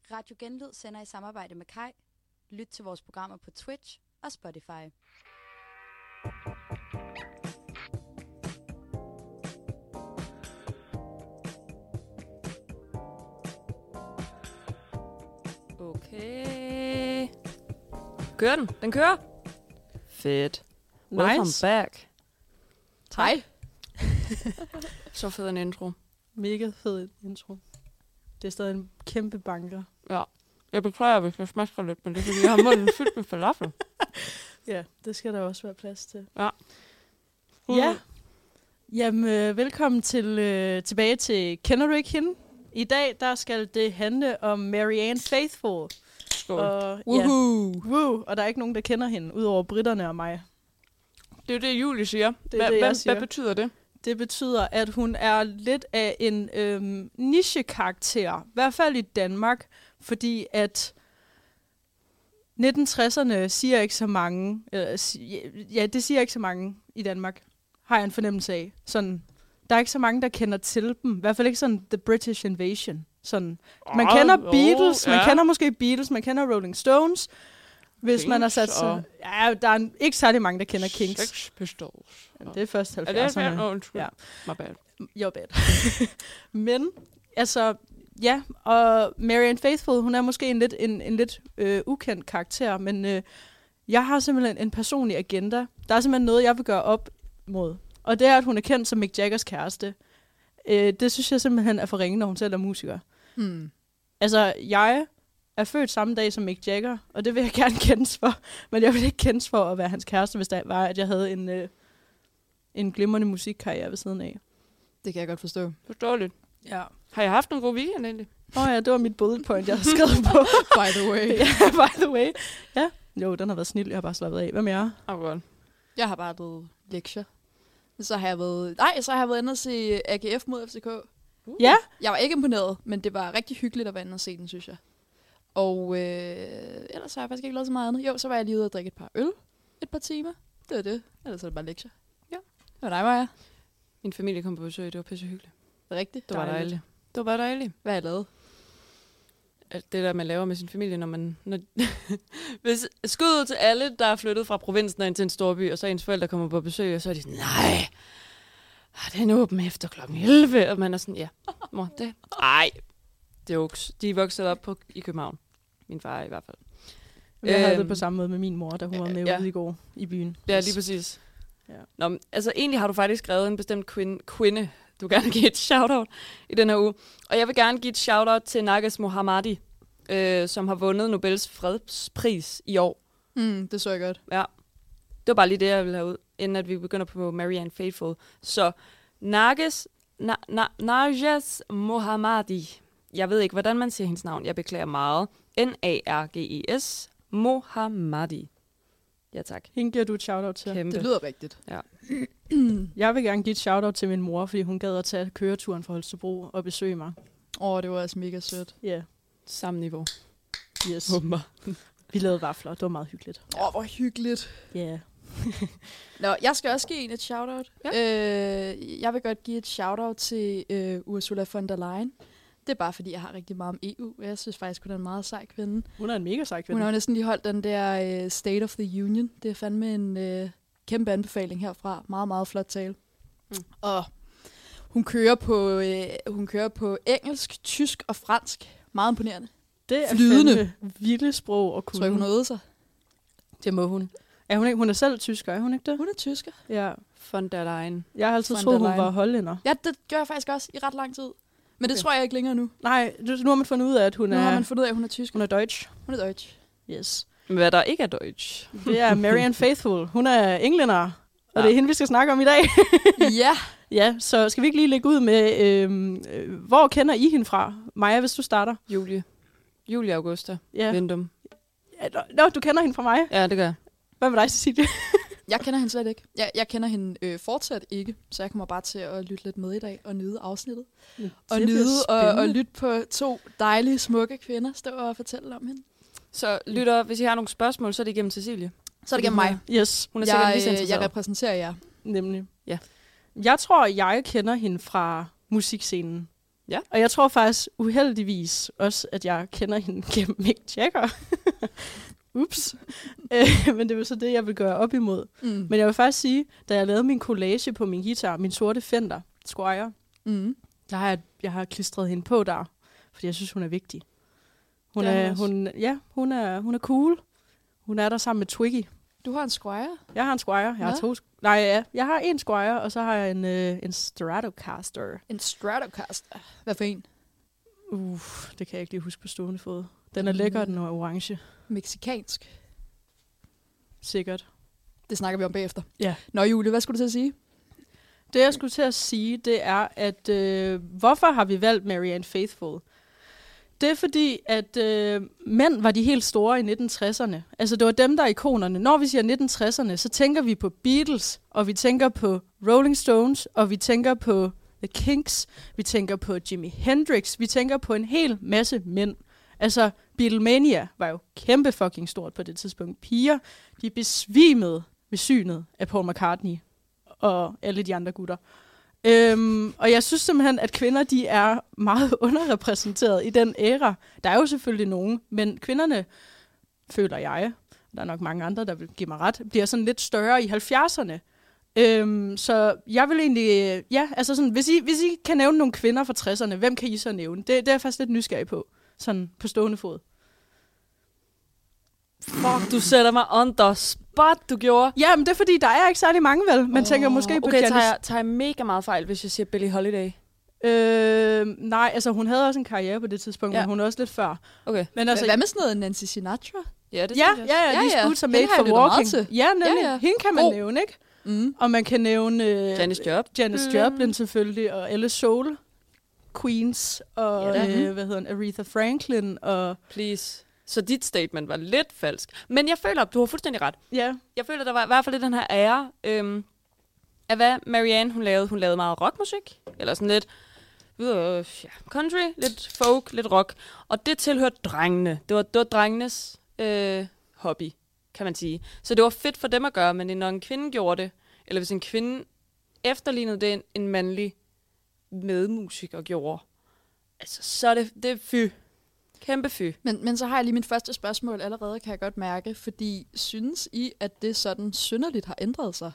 Radio Genlyd sender i samarbejde med Kai. Lyt til vores programmer på Twitch og Spotify. Okay. Kører den? Den kører? Fedt. Nice. Welcome back. Hej. Så fed en intro. Mega fed intro. Det er stadig en kæmpe banker. Ja. Jeg beklager, hvis jeg smasker lidt, men det er fordi, jeg har munden fyldt med falafel. Ja, det skal der også være plads til. Ja. Ja. Jamen, velkommen tilbage til Kender du ikke hende? I dag, der skal det handle om Marianne Faithfull. Skål. Og, Woohoo. Woo, og der er ikke nogen, der kender hende, udover britterne og mig. Det er det, Julie siger. Det er det, jeg siger. Hvad betyder det? Det betyder, at hun er lidt af en niche-karakter, i hvert fald i Danmark, fordi at 1960'erne siger ikke så mange, det siger ikke så mange i Danmark, har jeg en fornemmelse af. Sådan, der er ikke så mange, der kender til dem, i hvert fald ikke sådan The British Invasion. Sådan, man kender Beatles, man kender måske Beatles, man kender Rolling Stones, hvis man har sat sig. Ja, der er ikke særlig mange, der kender Kings. Sex Pistols. Ja, det er først 70'erne. Er det undskyld. Ja. My bad. You're bad. Men, altså, ja, og Marianne Faithfull, hun er måske en lidt ukendt karakter, men jeg har simpelthen en personlig agenda. Der er simpelthen noget, jeg vil gøre op mod. Og det er, at hun er kendt som Mick Jaggers kæreste. Det synes jeg simpelthen er for ringe, når hun selv er musiker. Altså, jeg er født samme dag som Mick Jagger, og det vil jeg gerne kendes for. Men jeg vil ikke kendes for at være hans kæreste, hvis det var, at jeg havde en glimrende musikkarriere ved siden af. Det kan jeg godt forstå. Forståeligt. Ja. Har jeg haft en god weekend egentlig? Ja, det var mit bullet point, jeg havde skrevet på. By the way. Ja, by the way. Ja. Jo, den har været snild, jeg har bare slappet af. Hvad med jer? Godt. Jeg har bare lavet lektier. Så har jeg været inde og se AGF mod FCK. Ja? Jeg var ikke imponeret, men det var rigtig hyggeligt at være inde og se den, synes jeg. Og ellers har jeg faktisk ikke lavet så meget andet. Jo, så var jeg lige ude og drikke et par øl. Et par timer. Det var det. Ellers er det bare lektier. Ja. Det var dig, Maja. Min familie kom på besøg, det var pissehyggeligt. Det er rigtigt. Det var dejligt. Det var bare dejligt. Hvad har jeg lavet? Alt det der, man laver med sin familie, når hvis skuddet til alle, der er flyttet fra provinsen ind til en storby, og så ens forældre kommer på besøg, og så er de sådan, nej, den er åben efter kl. 11, og man er sådan, ja, mor, det, ej, det er jokes. De er vokset op i København. Min far i hvert fald. Jeg havde det på samme måde med min mor, da hun var med ude i går i byen. Ja, lige præcis. Ja. Nå, men, altså egentlig har du faktisk skrevet en bestemt kvinde, du gerne give et shout-out i den her uge. Og jeg vil gerne give et shout-out til Nages Mohammadi, som har vundet Nobels fredspris i år. Det så jeg godt. Ja, det var bare lige det, jeg ville have ud, inden at vi begynder på Marianne Faithfull. Så Nages Mohammadi. Jeg ved ikke, hvordan man siger hendes navn. Jeg beklager meget. Narges Mohammadi. Ja, tak. Hende giver du et shout-out til. Kæmpe. Det lyder rigtigt. Ja. Jeg vil gerne give et shout-out til min mor, fordi hun gad at tage køreturen fra Holstebro og besøge mig. Det var altså mega sødt. Ja. Yeah. Samme niveau. Yes. Vi lavede vafler. Det var meget hyggeligt. Hvor hyggeligt. Ja. Yeah. Nå, jeg skal også give en et shout-out. Ja. Jeg vil godt give et shout-out til Ursula von der Leyen. Det er bare fordi, jeg har rigtig meget om EU. Jeg synes faktisk, hun er en meget sej kvinde. Hun er en mega sej kvinde. Hun har jo næsten lige holdt den der State of the Union. Det er fandme en kæmpe anbefaling herfra. Meget, meget flot tale. Og hun kører på engelsk, tysk og fransk. Meget imponerende. Det er flydende. Vilde sprog at kunne. Tror jeg, hun har øvet sig? Det må hun. Hun er selv tysker, er hun ikke det? Hun er tysker. Ja. Von der Leyen. Jeg har altid troet, hun var hollænder. Ja, det gør jeg faktisk også i ret lang tid. Men det tror jeg ikke længere nu. Nej, nu har man fundet ud af, at hun er tysk. Hun er deutsch. Hun er deutsch. Yes. Men hvad der ikke er deutsch? Det er Marianne Faithfull. Hun er englænder, og det er hende, vi skal snakke om i dag. Ja. Ja, så skal vi ikke lige lægge ud med, hvor kender I hende fra? Maja, hvis du starter. Julie Augusta. Ja. Vindum. Nå, du kender hende fra mig? Ja, det gør jeg. Hvad med dig, Cecilie? Jeg kender hende slet ikke. Jeg kender hende fortsat ikke, så jeg kommer bare til at lytte lidt med i dag og nyde afsnittet. Og nyde og lytte på to dejlige, smukke kvinder stå og fortælle om hende. Så lytter, hvis I har nogle spørgsmål, så er det igennem Cecilie. Så er det igennem mig. Yes. Hun er sikkert lige så interesseret. Jeg repræsenterer jer. Nemlig. Ja. Jeg tror, jeg kender hende fra musikscenen. Ja. Og jeg tror faktisk uheldigvis også, at jeg kender hende gennem Mick Jagger. Ups. Men det var så det, jeg vil gøre op imod. Men jeg vil faktisk sige, da jeg lavede min collage på min guitar, min sorte Fender Squier, der har jeg har klistret hende på der, fordi jeg synes, hun er vigtig. Hun er cool. Hun er der sammen med Twiggy. Du har en Squier? Jeg har en Squier. Jeg har en Squier, og så har jeg en Stratocaster. En Stratocaster? Hvad for en? Det kan jeg ikke lige huske på stående fod. Den er lækker, den er orange. Mexikansk? Sikkert. Det snakker vi om bagefter. Ja. Nå, Julie, hvad skulle du til at sige? Det, jeg skulle til at sige, det er, at hvorfor har vi valgt Marianne Faithfull? Det er fordi, at mænd var de helt store i 1960'erne. Altså, det var dem, der er ikonerne. Når vi siger 1960'erne, så tænker vi på Beatles, og vi tænker på Rolling Stones, og vi tænker på The Kinks, vi tænker på Jimi Hendrix, vi tænker på en hel masse mænd. Altså, Beatlemania var jo kæmpe fucking stort på det tidspunkt. Piger, de besvimede ved synet af Paul McCartney og alle de andre gutter. Og jeg synes simpelthen, at kvinder, de er meget underrepræsenteret i den æra. Der er jo selvfølgelig nogen, men kvinderne, føler jeg, der er nok mange andre, der vil give mig ret, bliver sådan lidt større i 70'erne. Så jeg vil egentlig, altså sådan, hvis I kan nævne nogle kvinder fra 60'erne, hvem kan I så nævne? Det er jeg faktisk lidt nysgerrig på, sådan på stående fod. Fuck, du sætter mig on the spot, du gjorde. Ja, men det er fordi, der er ikke særlig mange vel. Man tænker måske på Janis. Okay, tager jeg mega meget fejl, hvis jeg siger Billie Holiday. Nej, altså hun havde også en karriere på det tidspunkt, men hun er også lidt før. Okay. Men altså, hvad med sådan noget Nancy Sinatra? Ja, det synes jeg også. These boots are made for walking. Ja, nemlig. Ja. Hende kan man nævne, ikke? Og man kan nævne Janis Joplin selvfølgelig, og alle soul queens, og Aretha Franklin. Og Please. Så dit statement var lidt falsk. Men jeg føler, du har fuldstændig ret. Ja. Jeg føler, der var i hvert fald lidt den her ære af hvad Marianne hun lavede. Hun lavede meget rockmusik. Eller sådan lidt country, lidt folk, lidt rock. Og det tilhørte drengene. Det var drengenes hobby, kan man sige. Så det var fedt for dem at gøre, men når en kvinde gjorde det, eller hvis en kvinde efterlignede det, en mandlig medmusiker gjorde, altså så er det fy. Kæmpe fy. Men så har jeg lige mit første spørgsmål allerede, kan jeg godt mærke, fordi synes I, at det sådan synderligt har ændret sig?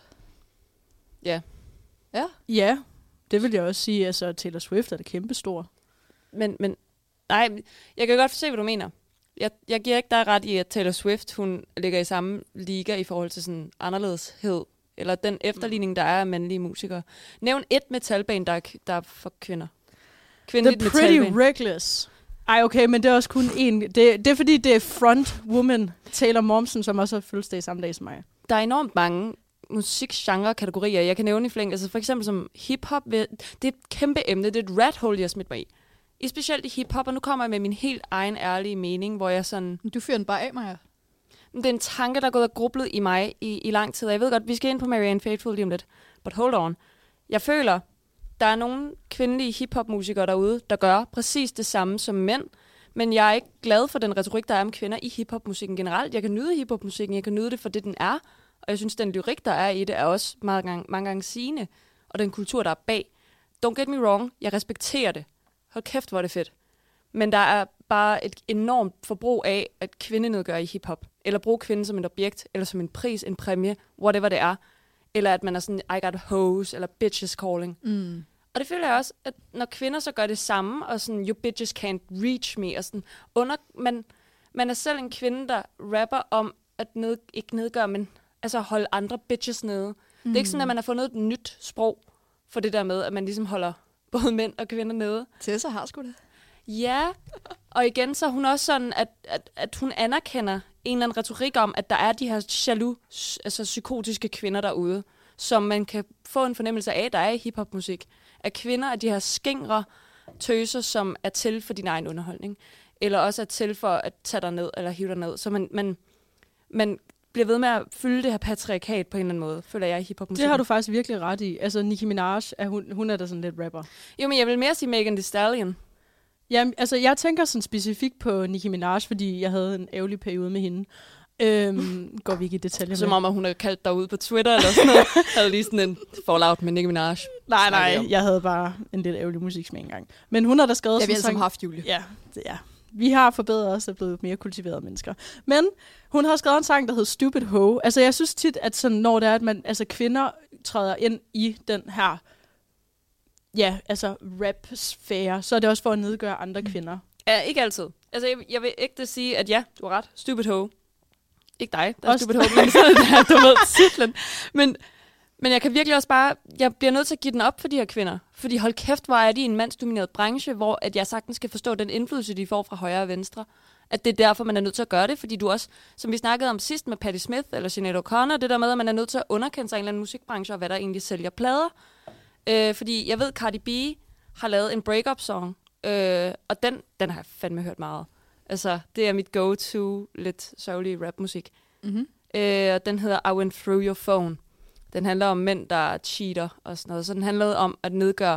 Ja. Ja? Ja, det vil jeg også sige. Altså, Taylor Swift er det kæmpe stor. Men nej, jeg kan godt se, hvad du mener. Jeg giver ikke dig ret i, at Taylor Swift, hun ligger i samme liga i forhold til sådan anderledeshed, eller den efterligning, der er af mandlige musikere. Nævn et metalband, der er for kvinder. Kvindeligt The Pretty metalband. Reckless. Ej, okay, men det er også kun én. Det er fordi, det er frontwoman Taylor Momsen, som også har fødselsdag samme dag som mig. Der er enormt mange musikgenre-kategorier, jeg kan nævne i flæng. Altså for eksempel som hiphop, det er et kæmpe emne, det er et rat hole, jeg smidt mig i. Specielt i hiphop, og nu kommer jeg med min helt egen ærlige mening, hvor jeg sådan... Du fyrer den bare af, Maja. Det er en tanke, der er gået og grublet i mig i lang tid, og jeg ved godt, vi skal ind på Marianne Faithfull lige om lidt. But hold on. Jeg føler, der er nogle kvindelige hiphop-musikere derude, der gør præcis det samme som mænd, men jeg er ikke glad for den retorik, der er om kvinder i hiphop-musikken generelt. Jeg kan nyde hiphop-musikken, jeg kan nyde det for det, den er, og jeg synes, den lyrik, der er i det, er også mange gange sigende, og den kultur, der er bag. Don't get me wrong, jeg respekterer det. Hold kæft, hvor er det fedt. Men der er bare et enormt forbrug af at kvindenedgøre i hiphop, eller bruge kvinden som et objekt, eller som en pris, en præmie, whatever det er, eller at man er sådan, I got hoes, eller bitches calling. Og det føler jeg også, at når kvinder så gør det samme, og sådan, you bitches can't reach me, og sådan, man er selv en kvinde, der rapper om at ikke nedgøre, men altså holde andre bitches nede. Det er ikke sådan, at man har fundet et nyt sprog for det der med, at man ligesom holder både mænd og kvinder nede. Tessa har sgu det. Ja, og igen så er hun også sådan, at hun anerkender en eller anden retorik om, at der er de her jaloux, altså psykotiske kvinder derude, som man kan få en fornemmelse af, der er i hiphopmusik. At kvinder er de her skingre tøser, som er til for din egen underholdning. Eller også er til for at tage dig ned, eller hive dig ned. Så man bliver ved med at fylde det her patriarkat på en eller anden måde, føler jeg i hiphopmusik. Det har du faktisk virkelig ret i. Altså Nicki Minaj, hun er da sådan lidt rapper. Jo, men jeg vil mere sige Megan Thee Stallion. Ja, altså jeg tænker sådan specifikt på Nicki Minaj, fordi jeg havde en ærgerlig periode med hende. Går vi ikke i detaljer Som med. om, at hun havde kaldt dig ud på Twitter eller sådan noget. Havde lige sådan en fallout med Nicki Minaj. Nej, jeg havde bare en lidt ærgerlig musiksmag engang. Men hun har da skrevet Det har vi sådan alle sammen haft, Julie. Ja, det er. Vi har forbedret os og blevet mere kultiverede mennesker. Men hun har skrevet en sang, der hedder Stupid Ho. Altså, jeg synes tit, at sådan, når det er, at kvinder træder ind i den her rap-sfære, så er det også for at nedgøre andre kvinder. Ja, ikke altid. Altså, jeg vil ikke sige, at ja, du har ret. Stupid ho. Ikke dig, der er Også stupid ho, men sådan der, du ved, titlen. Men jeg kan virkelig også bare, jeg bliver nødt til at give den op for de her kvinder. Fordi hold kæft, hvor er de i en mandsdomineret branche, hvor at jeg sagtens skal forstå den indflydelse, de får fra højre og venstre. At det er derfor, man er nødt til at gøre det, fordi du også, som vi snakkede om sidst med Patti Smith eller Sinead O'Connor, det der med, at man er nødt til at underkende sig en eller anden musikbranche, og hvad der egentlig sælger plader. Fordi jeg ved, Cardi B har lavet en break-up-song, og den har jeg fandme hørt meget. Altså, det er mit go-to, lidt sørgelige rapmusik. Mm-hmm. Og den hedder I Went Through Your Phone. Den handler om mænd, der cheater og sådan noget. Så den handlede om at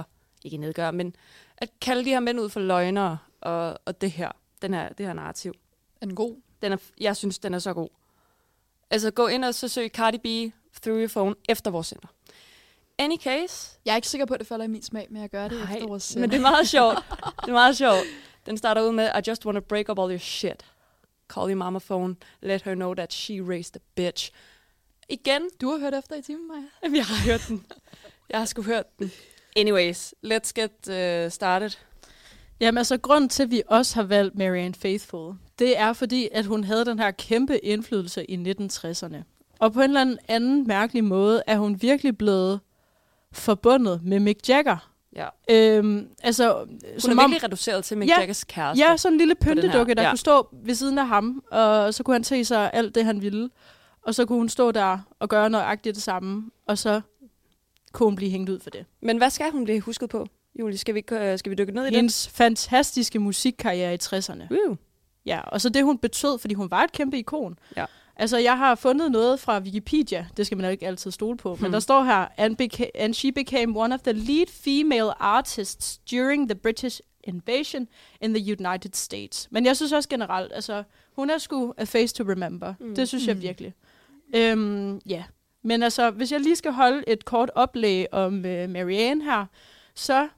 men at kalde de her mænd ud for løgnere og det her narrativ. Er den god? Jeg synes, den er så god. Altså, gå ind og så søg Cardi B Through Your Phone efter vores sender. Any case. Jeg er ikke sikker på, at det falder i min smag, men jeg gør det efter vores... Men det er meget sjovt. Det er meget sjovt. Den starter ud med, I just want to break up all your shit. Call your mama phone. Let her know that she raised a bitch. Igen. Du har hørt efter i timen, Maja? Jamen, jeg har hørt den. Jeg har sgu hørt den. Anyways, let's get started. Jamen altså, grunden til, at vi også har valgt Marianne Faithfull, det er fordi, at hun havde den her kæmpe indflydelse i 1960'erne. Og på en eller anden mærkelig måde er hun virkelig blevet forbundet med Mick Jagger. Ja. Hun er virkelig reduceret til Mick Jaggers kæreste. Ja, sådan en lille pyntedukke, der kunne stå ved siden af ham, og så kunne han se sig alt det, han ville. Og så kunne hun stå der og gøre nøjagtigt det samme, og så kunne hun blive hængt ud for det. Men hvad skal hun blive husket på, Julie? Skal vi dykke ned i den? Hendes fantastiske musikkarriere i 60'erne. Ja, og så det, hun betød, fordi hun var et kæmpe ikon. Ja. Altså, jeg har fundet noget fra Wikipedia, det skal man jo ikke altid stole på, men der står her, and she became one of the lead female artists during the British invasion in the United States. Men jeg synes også generelt, altså, hun er sgu a face to remember. Det synes jeg virkelig. Ja. Men altså, hvis jeg lige skal holde et kort oplæg om Marianne her, så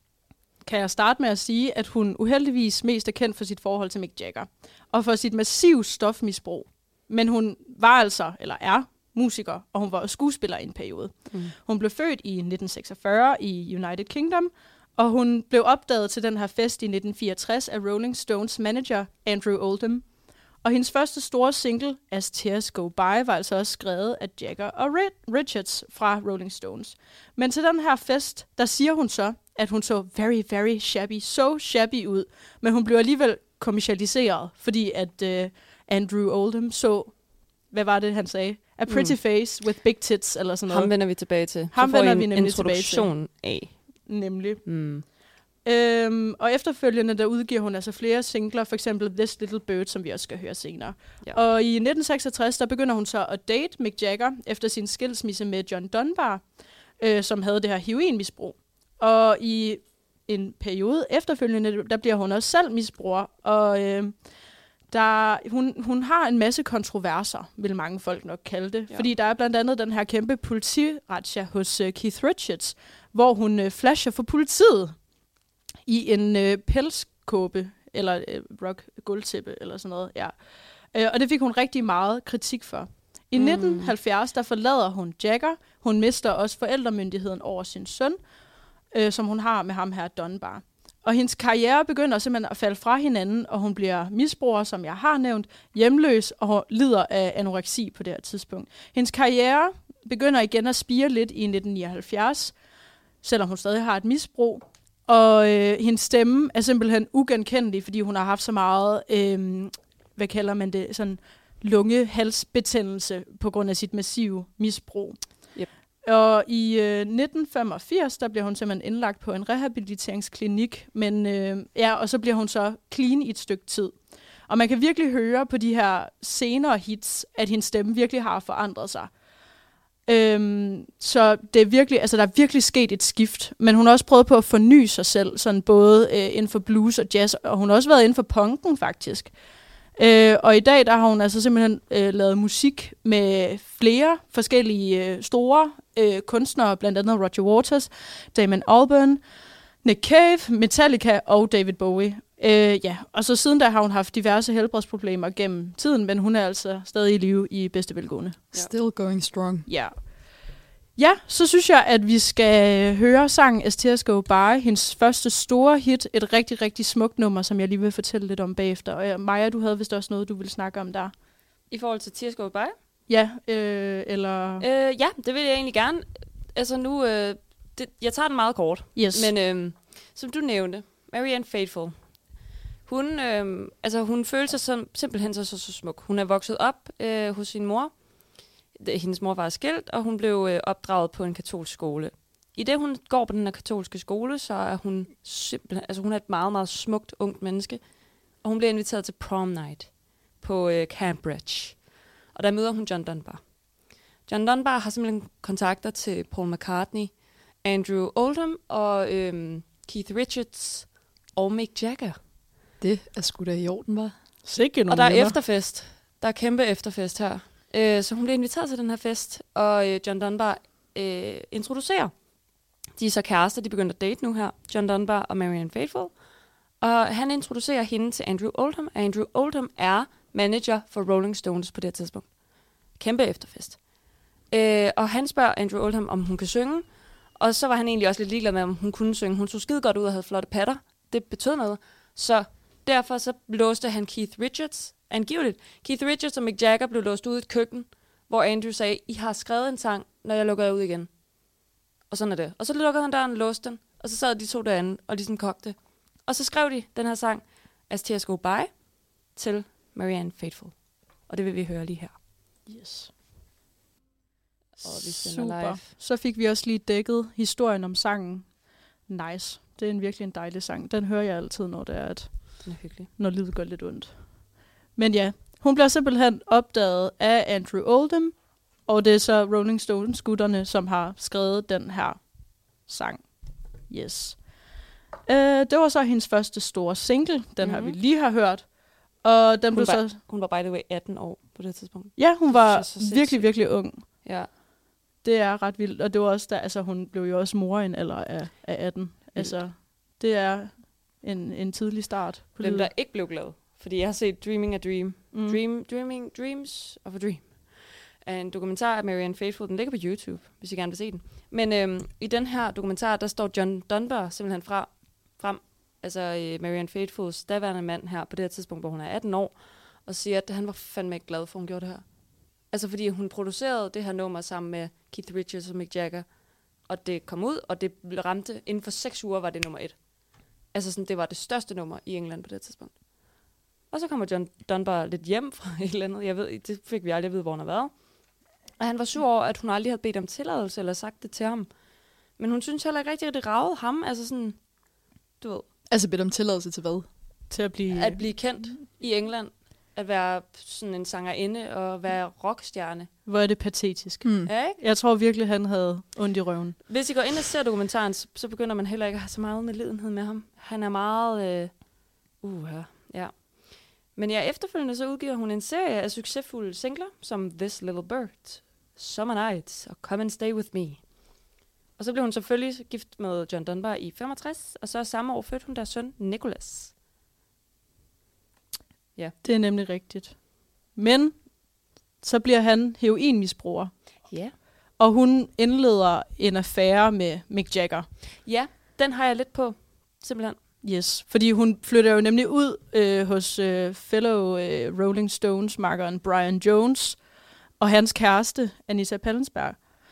kan jeg starte med at sige, at hun uheldigvis mest er kendt for sit forhold til Mick Jagger, og for sit massiv stofmisbrug. Men hun var altså, eller er, musiker, og hun var skuespiller i en periode. Hun blev født i 1946 i United Kingdom, og hun blev opdaget til den her fest i 1964 af Rolling Stones manager Andrew Oldham. Og hendes første store single, As Tears Go By, var altså også skrevet af Jagger og Richards fra Rolling Stones. Men til den her fest, der siger hun så, at hun så very, very shabby, so shabby ud. Men hun blev alligevel kommercialiseret, fordi at Andrew Oldham så, hvad var det, han sagde? A pretty face with big tits, eller sådan noget. Ham vender vi tilbage til. Ham vender vi nemlig introduktion af. Nemlig. Og efterfølgende, der udgiver hun altså flere singler, for eksempel This Little Bird, som vi også skal høre senere. Ja. Og i 1966, der begynder hun så at date Mick Jagger, efter sin skilsmisse med John Dunbar, som havde det her heroinmisbrug. Og i en periode efterfølgende, der bliver hun også selv misbruger, og hun har en masse kontroverser, vil mange folk nok kalde det. Ja. Fordi der er blandt andet den her kæmpe politirazzia hos Keith Richards, hvor hun flasher for politiet i en pelskåbe, eller rock-guldtæppe, eller sådan noget. Ja. Og det fik hun rigtig meget kritik for. I 1970, der forlader hun Jagger. Hun mister også forældremyndigheden over sin søn, som hun har med ham her Dunbar. Og hendes karriere begynder simpelthen at falde fra hinanden, og hun bliver misbruger, som jeg har nævnt, hjemløs og lider af anoreksi på det her tidspunkt. Hendes karriere begynder igen at spire lidt i 1979, selvom hun stadig har et misbrug. Og hendes stemme er simpelthen ugenkendelig, fordi hun har haft så meget, hvad kalder man det, sådan lungehalsbetændelse på grund af sit massive misbrug. Yep. Og i 1985, der bliver hun simpelthen indlagt på en rehabiliteringsklinik, men og så bliver hun så clean i et stykke tid. Og man kan virkelig høre på de her senere hits, at hendes stemme virkelig har forandret sig. Så det er virkelig, altså der er virkelig sket et skift, men hun har også prøvet på at forny sig selv, sådan både inden for blues og jazz, og hun har også været inden for punken faktisk. Og i dag der har hun altså simpelthen lavet musik med flere forskellige store kunstnere, blandt andet Roger Waters, Damon Albarn, Nick Cave, Metallica og David Bowie. Og så siden da har hun haft diverse helbredsproblemer gennem tiden, men hun er altså stadig i live i bedste velgående. Still going strong. Ja. Ja, så synes jeg, at vi skal høre sangen As Tears Go By, hendes første store hit, et rigtig, rigtig smukt nummer, som jeg lige vil fortælle lidt om bagefter. Og Maja, du havde vist også noget, du ville snakke om der. I forhold til Tears Go By? Ja, eller... Ja, det vil jeg egentlig gerne. Altså nu, jeg tager den meget kort. Yes. Men som du nævnte, Marianne Faithfull, hun følte sig simpelthen så smuk. Hun er vokset op hos sin mor. Hendes mor var skilt, og hun blev opdraget på en katolsk skole. I det hun går på den her katolske skole, så er hun simpelthen, altså hun er et meget, meget smukt ungt menneske, og hun bliver inviteret til prom night på Cambridge. Og der møder hun John Dunbar. John Dunbar har simpelthen kontakter til Paul McCartney, Andrew Oldham og Keith Richards og Mick Jagger. Det er sgu da i orden, var. Sikke og der er efterfest. Der er kæmpe efterfest her. Så hun bliver inviteret til den her fest, og John Dunbar introducerer. De er så kærester, de begynder at date nu her, John Dunbar og Marianne Faithfull. Og han introducerer hende til Andrew Oldham. Andrew Oldham er manager for Rolling Stones på det her tidspunkt. Kæmpe efterfest. Og han spørger Andrew Oldham, om hun kan synge. Og så var han egentlig også lidt ligeglad med, om hun kunne synge. Hun så skide godt ud og havde flotte patter. Det betød noget. Så derfor så låste han Keith Richards. Angiveligt. Keith Richards og Mick Jagger blev låst ud i et køkken, hvor Andrew sagde, I har skrevet en sang, når jeg lukker jer ud igen. Og sådan er det. Og så lukkede han døren og låste den. Og så sad de to derinde og ligesom kogte. Og så skrev de den her sang, As Tears Go By, til Marianne Faithfull. Og det vil vi høre lige her. Yes. Og vi super. live. Så fik vi også lige dækket historien om sangen. Nice. Det er virkelig en dejlig sang. Den hører jeg altid, når det er, at Den er hyggelig. når livet går lidt ondt. Men ja, hun bliver simpelthen opdaget af Andrew Oldham, og det er så Rolling Stones-gutterne, som har skrevet den her sang. Yes. Det var så hendes første store single, den her vi lige har hørt. Og den hun var by the way 18 år på det tidspunkt. Ja, hun var så virkelig, virkelig ung. Ja. Det er ret vildt, og det var også der, altså hun blev jo også mor i en alder af 18. Altså, det er en tidlig start på Dem, livet. der ikke blev glad. Fordi jeg har set Dreaming a Dream. Dreams of a Dream. En dokumentar af Marianne Faithfull. Den ligger på YouTube, hvis I gerne vil se den. Men i den her dokumentar, der står John Dunbar simpelthen frem. Altså Marianne Faithfulls daværende mand her, på det her tidspunkt, hvor hun er 18 år, og siger, at han var fandme ikke glad for, hun gjorde det her. Altså fordi hun producerede det her nummer sammen med Keith Richards og Mick Jagger, og det kom ud, og det ramte, inden for 6 uger var det nummer 1. Altså sådan, det var det største nummer i England på det tidspunkt. Og så kommer John Dunbar lidt hjem fra et eller andet. Jeg ved, det fik vi aldrig at vide, hvor han har været. Og han var sur over, at hun aldrig havde bedt om tilladelse eller sagt det til ham. Men hun synes heller ikke rigtig, at det ragede ham. Altså sådan, du ved. Altså bedt om tilladelse til hvad? Til at blive kendt i England. At være sådan en sangerinde og være rockstjerne. Hvor er det patetisk. Ja, ikke? Jeg tror virkelig, han havde ondt i røven. Hvis I går ind og ser dokumentaren, så begynder man heller ikke at have så meget medlidenhed med ham. Han er meget... ja. Men ja, efterfølgende så udgiver hun en serie af succesfulde singler, som This Little Bird, Summer Nights og Come and Stay With Me. Og så blev hun selvfølgelig gift med John Dunbar i 65, og så samme år fødte hun deres søn Nicholas. Ja. Det er nemlig rigtigt. Men så bliver han heroinmisbruger. Ja. Og hun indleder en affære med Mick Jagger. Ja, den har jeg lidt på, simpelthen. Yes, fordi hun flytter jo nemlig ud hos fellow Rolling Stones-makkeren Brian Jones og hans kæreste, Anita Pallenberg,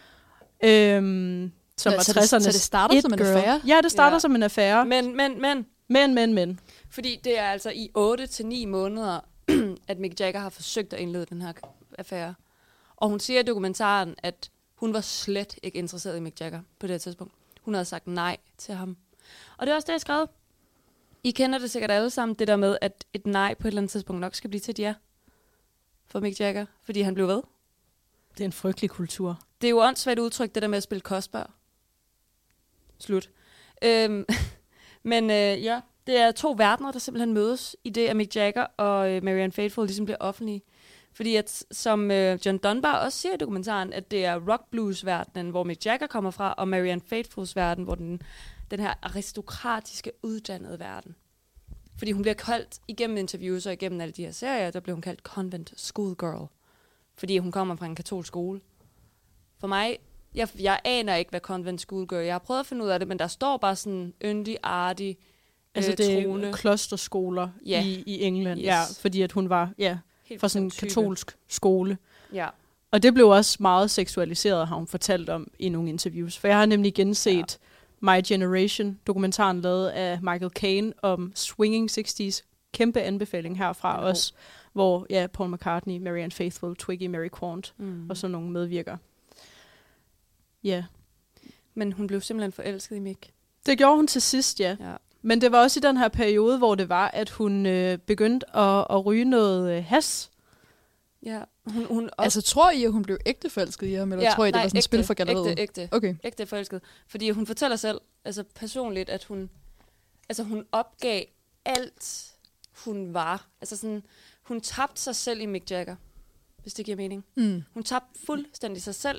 som var 60'ernes Så det starter som en affære? Ja, det starter som en affære. Men. Fordi det er altså i 8-9 måneder, at Mick Jagger har forsøgt at indlede den her affære. Og hun siger i dokumentaren, at hun var slet ikke interesseret i Mick Jagger på det her tidspunkt. Hun havde sagt nej til ham. Og det er også det, jeg skrev. I kender det sikkert alle sammen, det der med, at et nej på et eller andet tidspunkt nok skal blive til et ja for Mick Jagger, fordi han blev ved. Det er en frygtelig kultur. Det er jo åndssvagt udtryk, det der med at spille kostbar. Slut. Men ja, Det er to verdener, der simpelthen mødes i det, at Mick Jagger og Marianne Faithfull ligesom bliver offentlige. Fordi at, som John Dunbar også siger i dokumentaren, at det er rock-blues-verdenen, hvor Mick Jagger kommer fra, og Marianne Faithfulls verden, hvor den her aristokratiske, uddannede verden. Fordi hun bliver kaldt igennem interviews og igennem alle de her serier, der bliver hun kaldt convent schoolgirl. Fordi hun kommer fra en katolsk skole. For mig, jeg aner ikke, hvad convent schoolgirl. Jeg har prøvet at finde ud af det, men der står bare sådan yndig, artig, Altså det trone. er klosterskoler i England, Yes. ja, fordi at hun var fra sådan en katolsk skole. Ja. Og det blev også meget seksualiseret, har hun fortalt om i nogle interviews. For jeg har nemlig genset My Generation, dokumentaren lavet af Michael Caine om Swinging 60's. Kæmpe anbefaling herfra også, hvor Paul McCartney, Marianne Faithfull, Twiggy, Mary Quant og sådan nogle medvirker. Ja. Men hun blev simpelthen forelsket i Mick. Det gjorde hun til sidst, ja. Men det var også i den her periode, hvor det var, at hun begyndte at ryge noget hash. Ja. Altså, tror I, at hun blev ægte forelsket i ham, eller tror I, det var sådan et spil for galleriet? Ægte. Okay. Ægte forelsket. Fordi hun fortæller selv, altså personligt, at hun opgav alt, hun var. Altså sådan, hun tabte sig selv i Mick Jagger, hvis det giver mening. Hun tabte fuldstændig sig selv.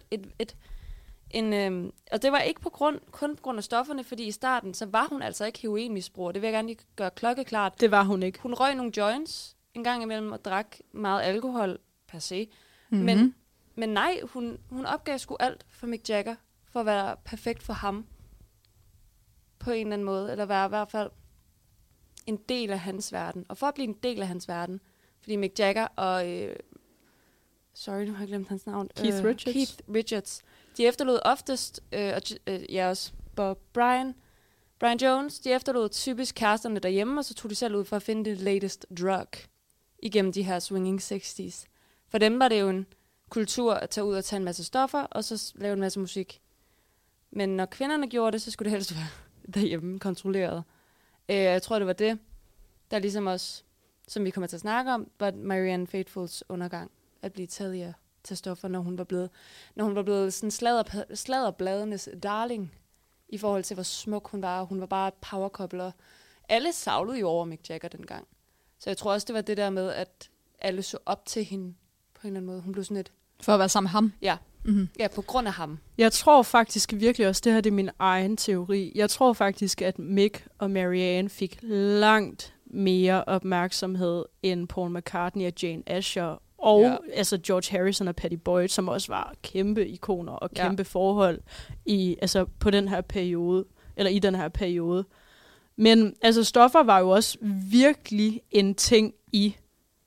Og det var ikke kun på grund af stofferne, fordi i starten, så var hun altså ikke heroinmisbruger. Det vil jeg gerne lige gøre klokkeklart. Det var hun ikke. Hun røg nogle joints en gang imellem og drak meget alkohol per se. Mm-hmm. Men nej, hun opgav sgu alt for Mick Jagger, for at være perfekt for ham. På en eller anden måde. Eller være i hvert fald en del af hans verden. Og for at blive en del af hans verden, fordi Mick Jagger og... sorry, nu har jeg glemt hans navn. Keith Richards. De efterlod oftest, også Brian Jones, de efterlod typisk kæresterne derhjemme, og så tog de selv ud for at finde det latest drug igennem de her swinging 60's. For dem var det jo en kultur at tage ud og tage en masse stoffer, og så lave en masse musik. Men når kvinderne gjorde det, så skulle det helst være derhjemme kontrolleret. Jeg tror, det var det, der ligesom også, som vi kommer til at snakke om, var Marianne Faithfulls undergang, at blive taget i at tage stoffer, når hun var blevet sådan sladderbladenes darling, i forhold til, hvor smuk hun var. Hun var bare et power couple, og alle savlede jo over Mick Jagger dengang. Så jeg tror også, det var det der med, at alle så op til hende på en eller anden måde. Hun blev sådan et... For at være sammen med ham? Ja. Ja, på grund af ham. Jeg tror faktisk virkelig også, det her det er min egen teori. Jeg tror faktisk, at Mick og Marianne fik langt mere opmærksomhed end Paul McCartney og Jane Asher og altså George Harrison og Patty Boyd, som også var kæmpe ikoner og kæmpe forhold på den her periode, eller i den her periode. Men altså stoffer var jo også virkelig en ting i,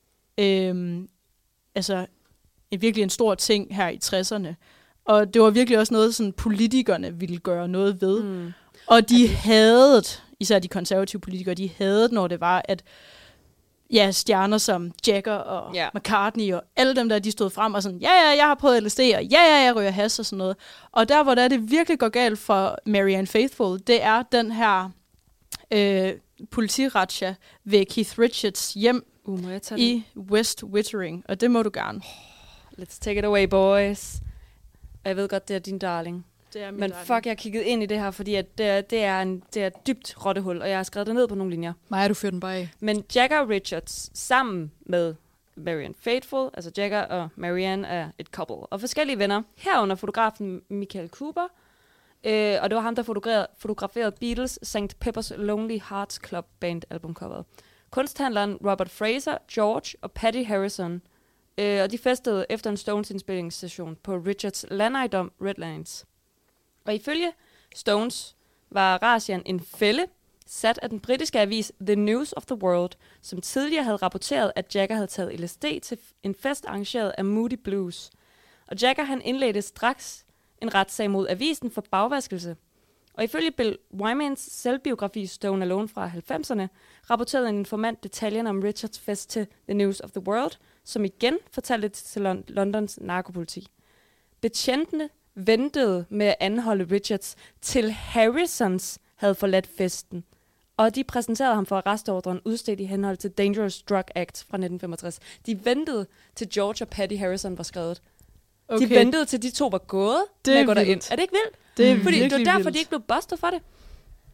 virkelig en stor ting her i 60'erne. Og det var virkelig også noget, sådan politikerne ville gøre noget ved. Og de hadede, især de konservative politikere, de hadede, når det var, at stjerner som Jagger og McCartney og alle dem der, de stod frem og sådan, jeg har prøvet LSD, og jeg ryger hash og sådan noget. Og der, hvor det virkelig går galt for Marianne Faithfull, det er den her politirazzia ved Keith Richards hjem i West Wittering, og det må du gerne. Let's take it away, boys. Jeg ved godt, det er din darling. Men fuck, jeg har kigget ind i det her, fordi at det er et dybt rottehul, og jeg har skrevet det ned på nogle linjer. Maja, du fører den bare af. Men Jagger og Richards sammen med Marianne Faithfull, altså Jagger og Marianne er et couple, og forskellige venner, herunder fotografen Michael Cooper, og det var ham, der fotograferede Beatles St. Pepper's Lonely Hearts Club Band albumcoveret. Kunsthandleren Robert Fraser, George og Patty Harrison, og de festede efter en Stones indspillingssession på Richards landejendom Redlands. Og ifølge Stones var razziaen en fælde sat af den britiske avis The News of the World, som tidligere havde rapporteret, at Jagger havde taget LSD til en fest arrangeret af Moody Blues. Og Jagger han indledte straks en retssag mod avisen for bagvaskelse. Og ifølge Bill Wymans selvbiografi Stone Alone fra 90'erne, rapporterede en informant detaljerne om Richards fest til The News of the World, som igen fortalte det til Londons narkopoliti. Betjentene ventede med at anholde Richards, til Harrisons havde forladt festen. Og de præsenterede ham for arrestordren udstedt i henhold til Dangerous Drug Act fra 1965. De ventede til George og Patty Harrison var skrevet. Okay. De ventede til de to var gået med at gå derind. Er det ikke vildt? Det er fordi det var derfor, vildt. de ikke blev bustet for det.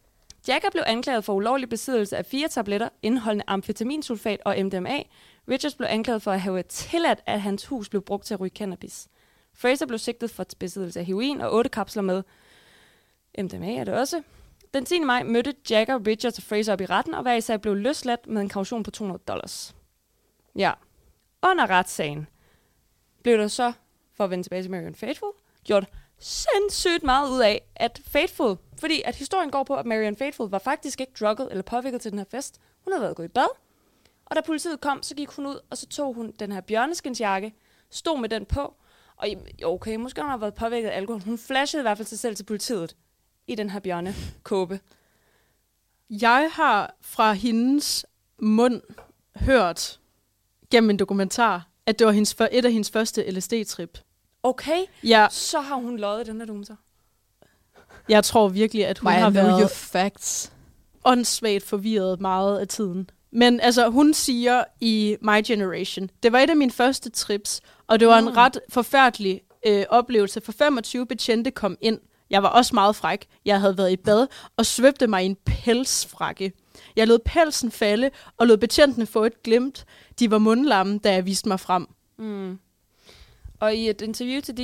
Jagger blev anklaget for ulovlig besiddelse af 4 tabletter indeholdende amfetaminsulfat og MDMA. Richards blev anklaget for at have tilladt, at hans hus blev brugt til at ryge cannabis. Fraser blev sigtet for besiddelse af heroin og 8 kapsler med MDMA er det også. Den 10. maj mødte Jagger, Richards og Fraser op i retten, og hver især blev løsladt med en kaution på $200. Ja. Under retssagen blev der så, for at vende tilbage til Marianne Faithfull, gjort sindssygt meget ud af, at Faithfull, fordi at historien går på, at Marianne Faithfull var faktisk ikke drugget eller påvirket til den her fest. Hun havde været gået i bad, og da politiet kom, så gik hun ud, og så tog hun den her bjørneskinsjakke, stod med den på, og okay, måske hun har været påvirket af alkohol. Hun flashede i hvert fald sig selv til politiet i den her bjørnekåbe. Jeg har fra hendes mund hørt gennem en dokumentar, at det var et af hendes første LSD-trip. Okay, Ja, så har hun løjet i den her dokumentar. jeg tror virkelig, at hun har your været facts. åndssvagt forvirret meget af tiden. Men altså, hun siger i My Generation, det var et af mine første trips, og det var en ret forfærdelig oplevelse, for 25 betjente kom ind. Jeg var også meget fræk. Jeg havde været i bad og svøbte mig i en pelsfrakke. Jeg lod pelsen falde og lod betjentene få et glimt. De var mundlamme, da jeg viste mig frem. Mm. Og i et interview til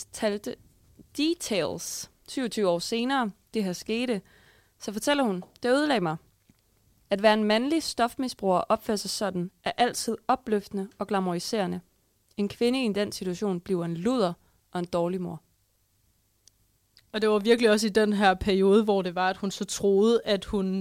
Details 27 år senere, det her skete, så fortæller hun, det ødelagde mig. At være en mandlig stofmisbruger og opføre sig sådan, er altid opløftende og glamoriserende. En kvinde i den situation bliver en luder og en dårlig mor. Og det var virkelig også i den her periode, hvor det var, at hun så troede, at hun...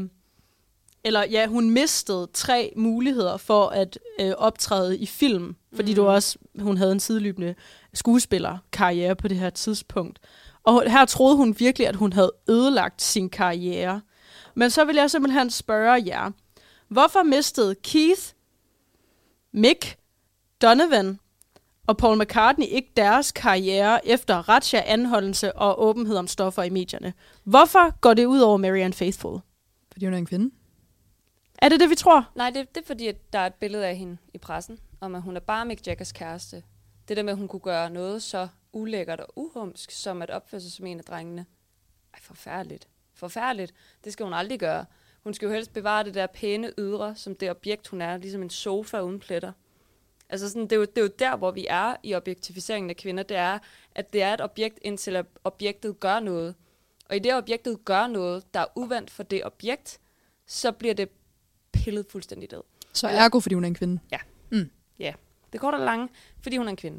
hun mistede 3 muligheder for at optræde i film. Fordi det var også, hun havde en sideløbende skuespillerkarriere på det her tidspunkt. Og her troede hun virkelig, at hun havde ødelagt sin karriere. Men så vil jeg simpelthen spørge jer, hvorfor mistede Keith, Mick, Donovan og Paul McCartney ikke deres karriere efter razzia-anholdelse og åbenhed om stoffer i medierne? Hvorfor går det ud over Marianne Faithfull? Fordi hun er en kvinde. Er det det, vi tror? Nej, det er fordi, at der er et billede af hende i pressen, om at hun er bare Mick Jaggers kæreste. Det der med, at hun kunne gøre noget så ulækkert og uhumsk, som at opføre sig som en af drengene. Ej, forfærdeligt. Forfærdeligt. Det skal hun aldrig gøre. Hun skal jo helst bevare det der pæne ydre, som det objekt, hun er, ligesom en sofa uden pletter. Altså sådan, det er jo der, hvor vi er i objektificeringen af kvinder. Det er, at det er et objekt, indtil at objektet gør noget. Og i det objektet gør noget, der er uvandt for det objekt, så bliver det pillet fuldstændig død. Så ergo, fordi hun er en kvinde. Ja. Mm. Ja. Det går der langt, fordi hun er en kvinde.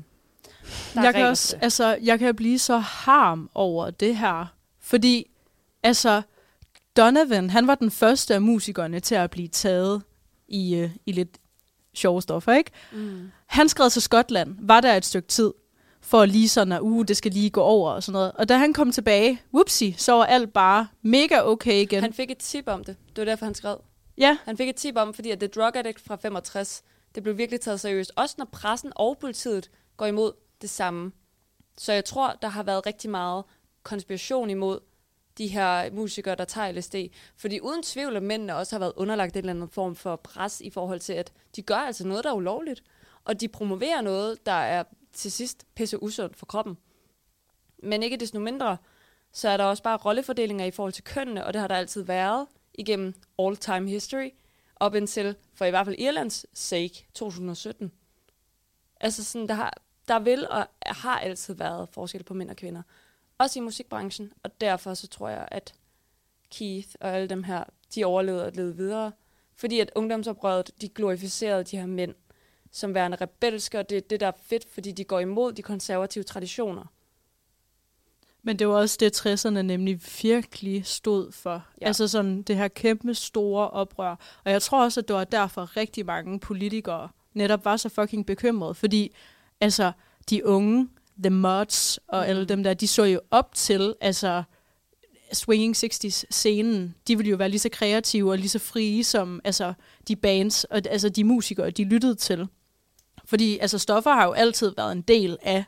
Jeg kan blive så harm over det her. Fordi, Donovan, han var den første af musikerne til at blive taget i lidt sjove stoffer, ikke? Mm. Han skred til Skotland, var der et stykke tid, for lige sådan, at det skal lige gå over og sådan noget. Og da han kom tilbage, whoopsie, så var alt bare mega okay igen. Han fik et tip om det. Det var derfor, han skred. Ja. Han fik et tip om, fordi at The Drug Addict fra 65, det blev virkelig taget seriøst. Også når pressen og politiet går imod det samme. Så jeg tror, der har været rigtig meget konspiration imod de her musikere, der tager LSD. Fordi uden tvivl, at mændene også har været underlagt en eller anden form for pres i forhold til, at de gør altså noget, der er ulovligt. Og de promoverer noget, der er til sidst pisse usundt for kroppen. Men ikke desto mindre, så er der også bare rollefordelinger i forhold til kønnene, og det har der altid været igennem all-time history, op indtil, for i hvert fald Irlands sake, 2017. Altså sådan, der vil og har altid været forskel på mænd og kvinder. Også i musikbranchen, og derfor så tror jeg, at Keith og alle dem her, de overlevede og levede videre. Fordi at ungdomsoprøret, de glorificerede de her mænd som værende rebelske, og det der er fedt, fordi de går imod de konservative traditioner. Men det var også det, 60'erne nemlig virkelig stod for. Ja. Altså sådan det her kæmpe store oprør. Og jeg tror også, at det var derfor rigtig mange politikere netop var så fucking bekymrede. Fordi altså de unge, The Mods og alle dem der, de så jo op til Swinging 60's-scenen. De ville jo være lige så kreative og lige så frie som de bands og de musikere, de lyttede til. Fordi stoffer har jo altid været en del af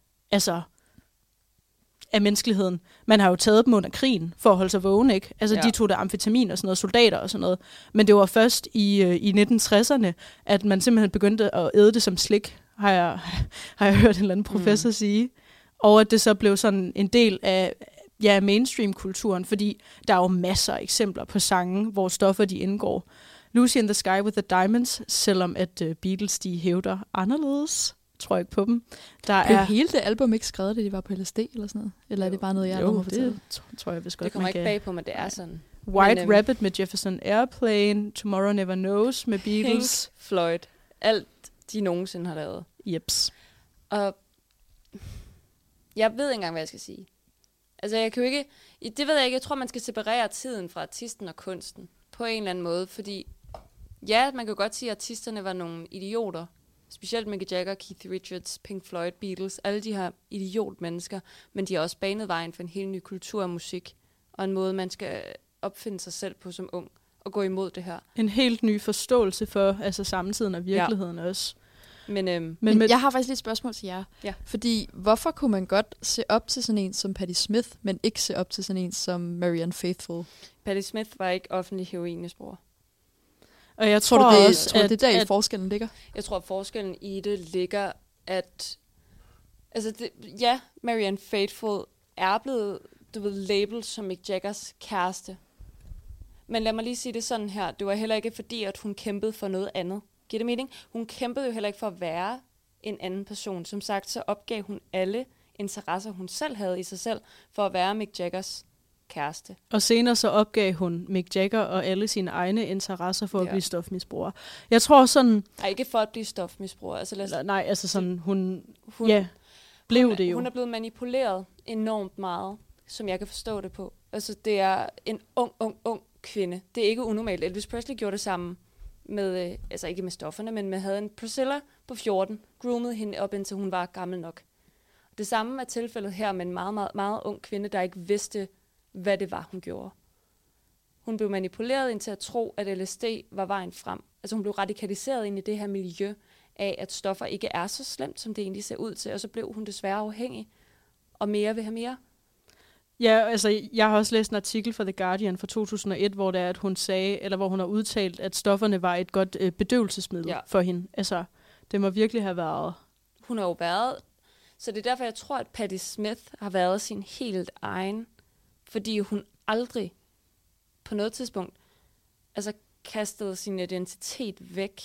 menneskeligheden. Man har jo taget dem under krigen for at holde sig vågen, ikke? De tog der amfetamin og sådan noget, soldater og sådan noget. Men det var først i 1960'erne, at man simpelthen begyndte at æde det som slik, har jeg hørt en eller anden professor sige. Og at det så blev sådan en del af mainstream-kulturen, fordi der er jo masser af eksempler på sange, hvor stoffer de indgår. Lucy in the Sky with the Diamonds, selvom at Beatles de hævder anderledes, tror jeg ikke på dem. Der Blev er hele det album ikke skrevet, da de var på LSD eller sådan noget? Eller er det bare noget, jeg aldrig må fortælle? det tror jeg vist godt, Det kommer man ikke kan. bag på mig, det er sådan. White Rabbit med Jefferson Airplane, Tomorrow Never Knows med Beatles. Pink Floyd. Alt, de nogensinde har lavet. Jeps. Og jeg ved ikke engang, hvad jeg skal sige. Altså, jeg kan jo ikke... Det ved jeg ikke. Jeg tror, man skal separere tiden fra artisten og kunsten. På en eller anden måde. Fordi, ja, man kan godt sige, at artisterne var nogle idioter. Specielt Mick Jagger, Keith Richards, Pink Floyd, Beatles. Alle de her idiot-mennesker. Men de har også banet vejen for en helt ny kultur af musik. Og en måde, man skal opfinde sig selv på som ung. Og gå imod det her. En helt ny forståelse for altså samtiden og virkeligheden også. Men Men jeg har faktisk lidt et spørgsmål til jer. Ja. Fordi hvorfor kunne man godt se op til sådan en som Patti Smith, men ikke se op til sådan en som Marianne Faithfull? Patti Smith var ikke offentlig heroinmisbruger. Og jeg Tror tror du, også, det er der, forskellen ligger? Jeg tror, at forskellen i det ligger, at... Altså, ja, Marianne Faithfull er blevet, labeled som Mick Jaggers kæreste. Men lad mig lige sige det sådan her. Det var heller ikke fordi, at hun kæmpede for noget andet. Giver det mening? Hun kæmpede jo heller ikke for at være en anden person. Som sagt, så opgav hun alle interesser, hun selv havde i sig selv, for at være Mick Jaggers kæreste. Og senere så opgav hun Mick Jagger og alle sine egne interesser for at blive stofmisbruger. Jeg tror sådan... Ej, ikke for at blive stofmisbruger. Altså, nej, altså sådan, hun blev det jo. Hun er blevet manipuleret enormt meget, som jeg kan forstå det på. Altså, det er en ung kvinde. Det er ikke unormalt. Elvis Presley gjorde det samme med, altså ikke med stofferne, men med havde en Priscilla på 14, groomede hende op, indtil hun var gammel nok. Det samme er tilfældet her med en meget, meget, meget ung kvinde, der ikke vidste, hvad det var, hun gjorde. Hun blev manipuleret ind til at tro, at LSD var vejen frem. Altså hun blev radikaliseret ind i det her miljø af, at stoffer ikke er så slemt, som det egentlig ser ud til, og så blev hun desværre afhængig, og mere vil have mere. Ja, altså jeg har også læst en artikel fra The Guardian fra 2001, hvor det er, at hun sagde, eller hvor hun har udtalt, at stofferne var et godt bedøvelsesmiddel for hende. Altså, det må virkelig have været. Hun har jo været, så det er derfor, jeg tror, at Patti Smith har været sin helt egen, fordi hun aldrig på noget tidspunkt altså kastede sin identitet væk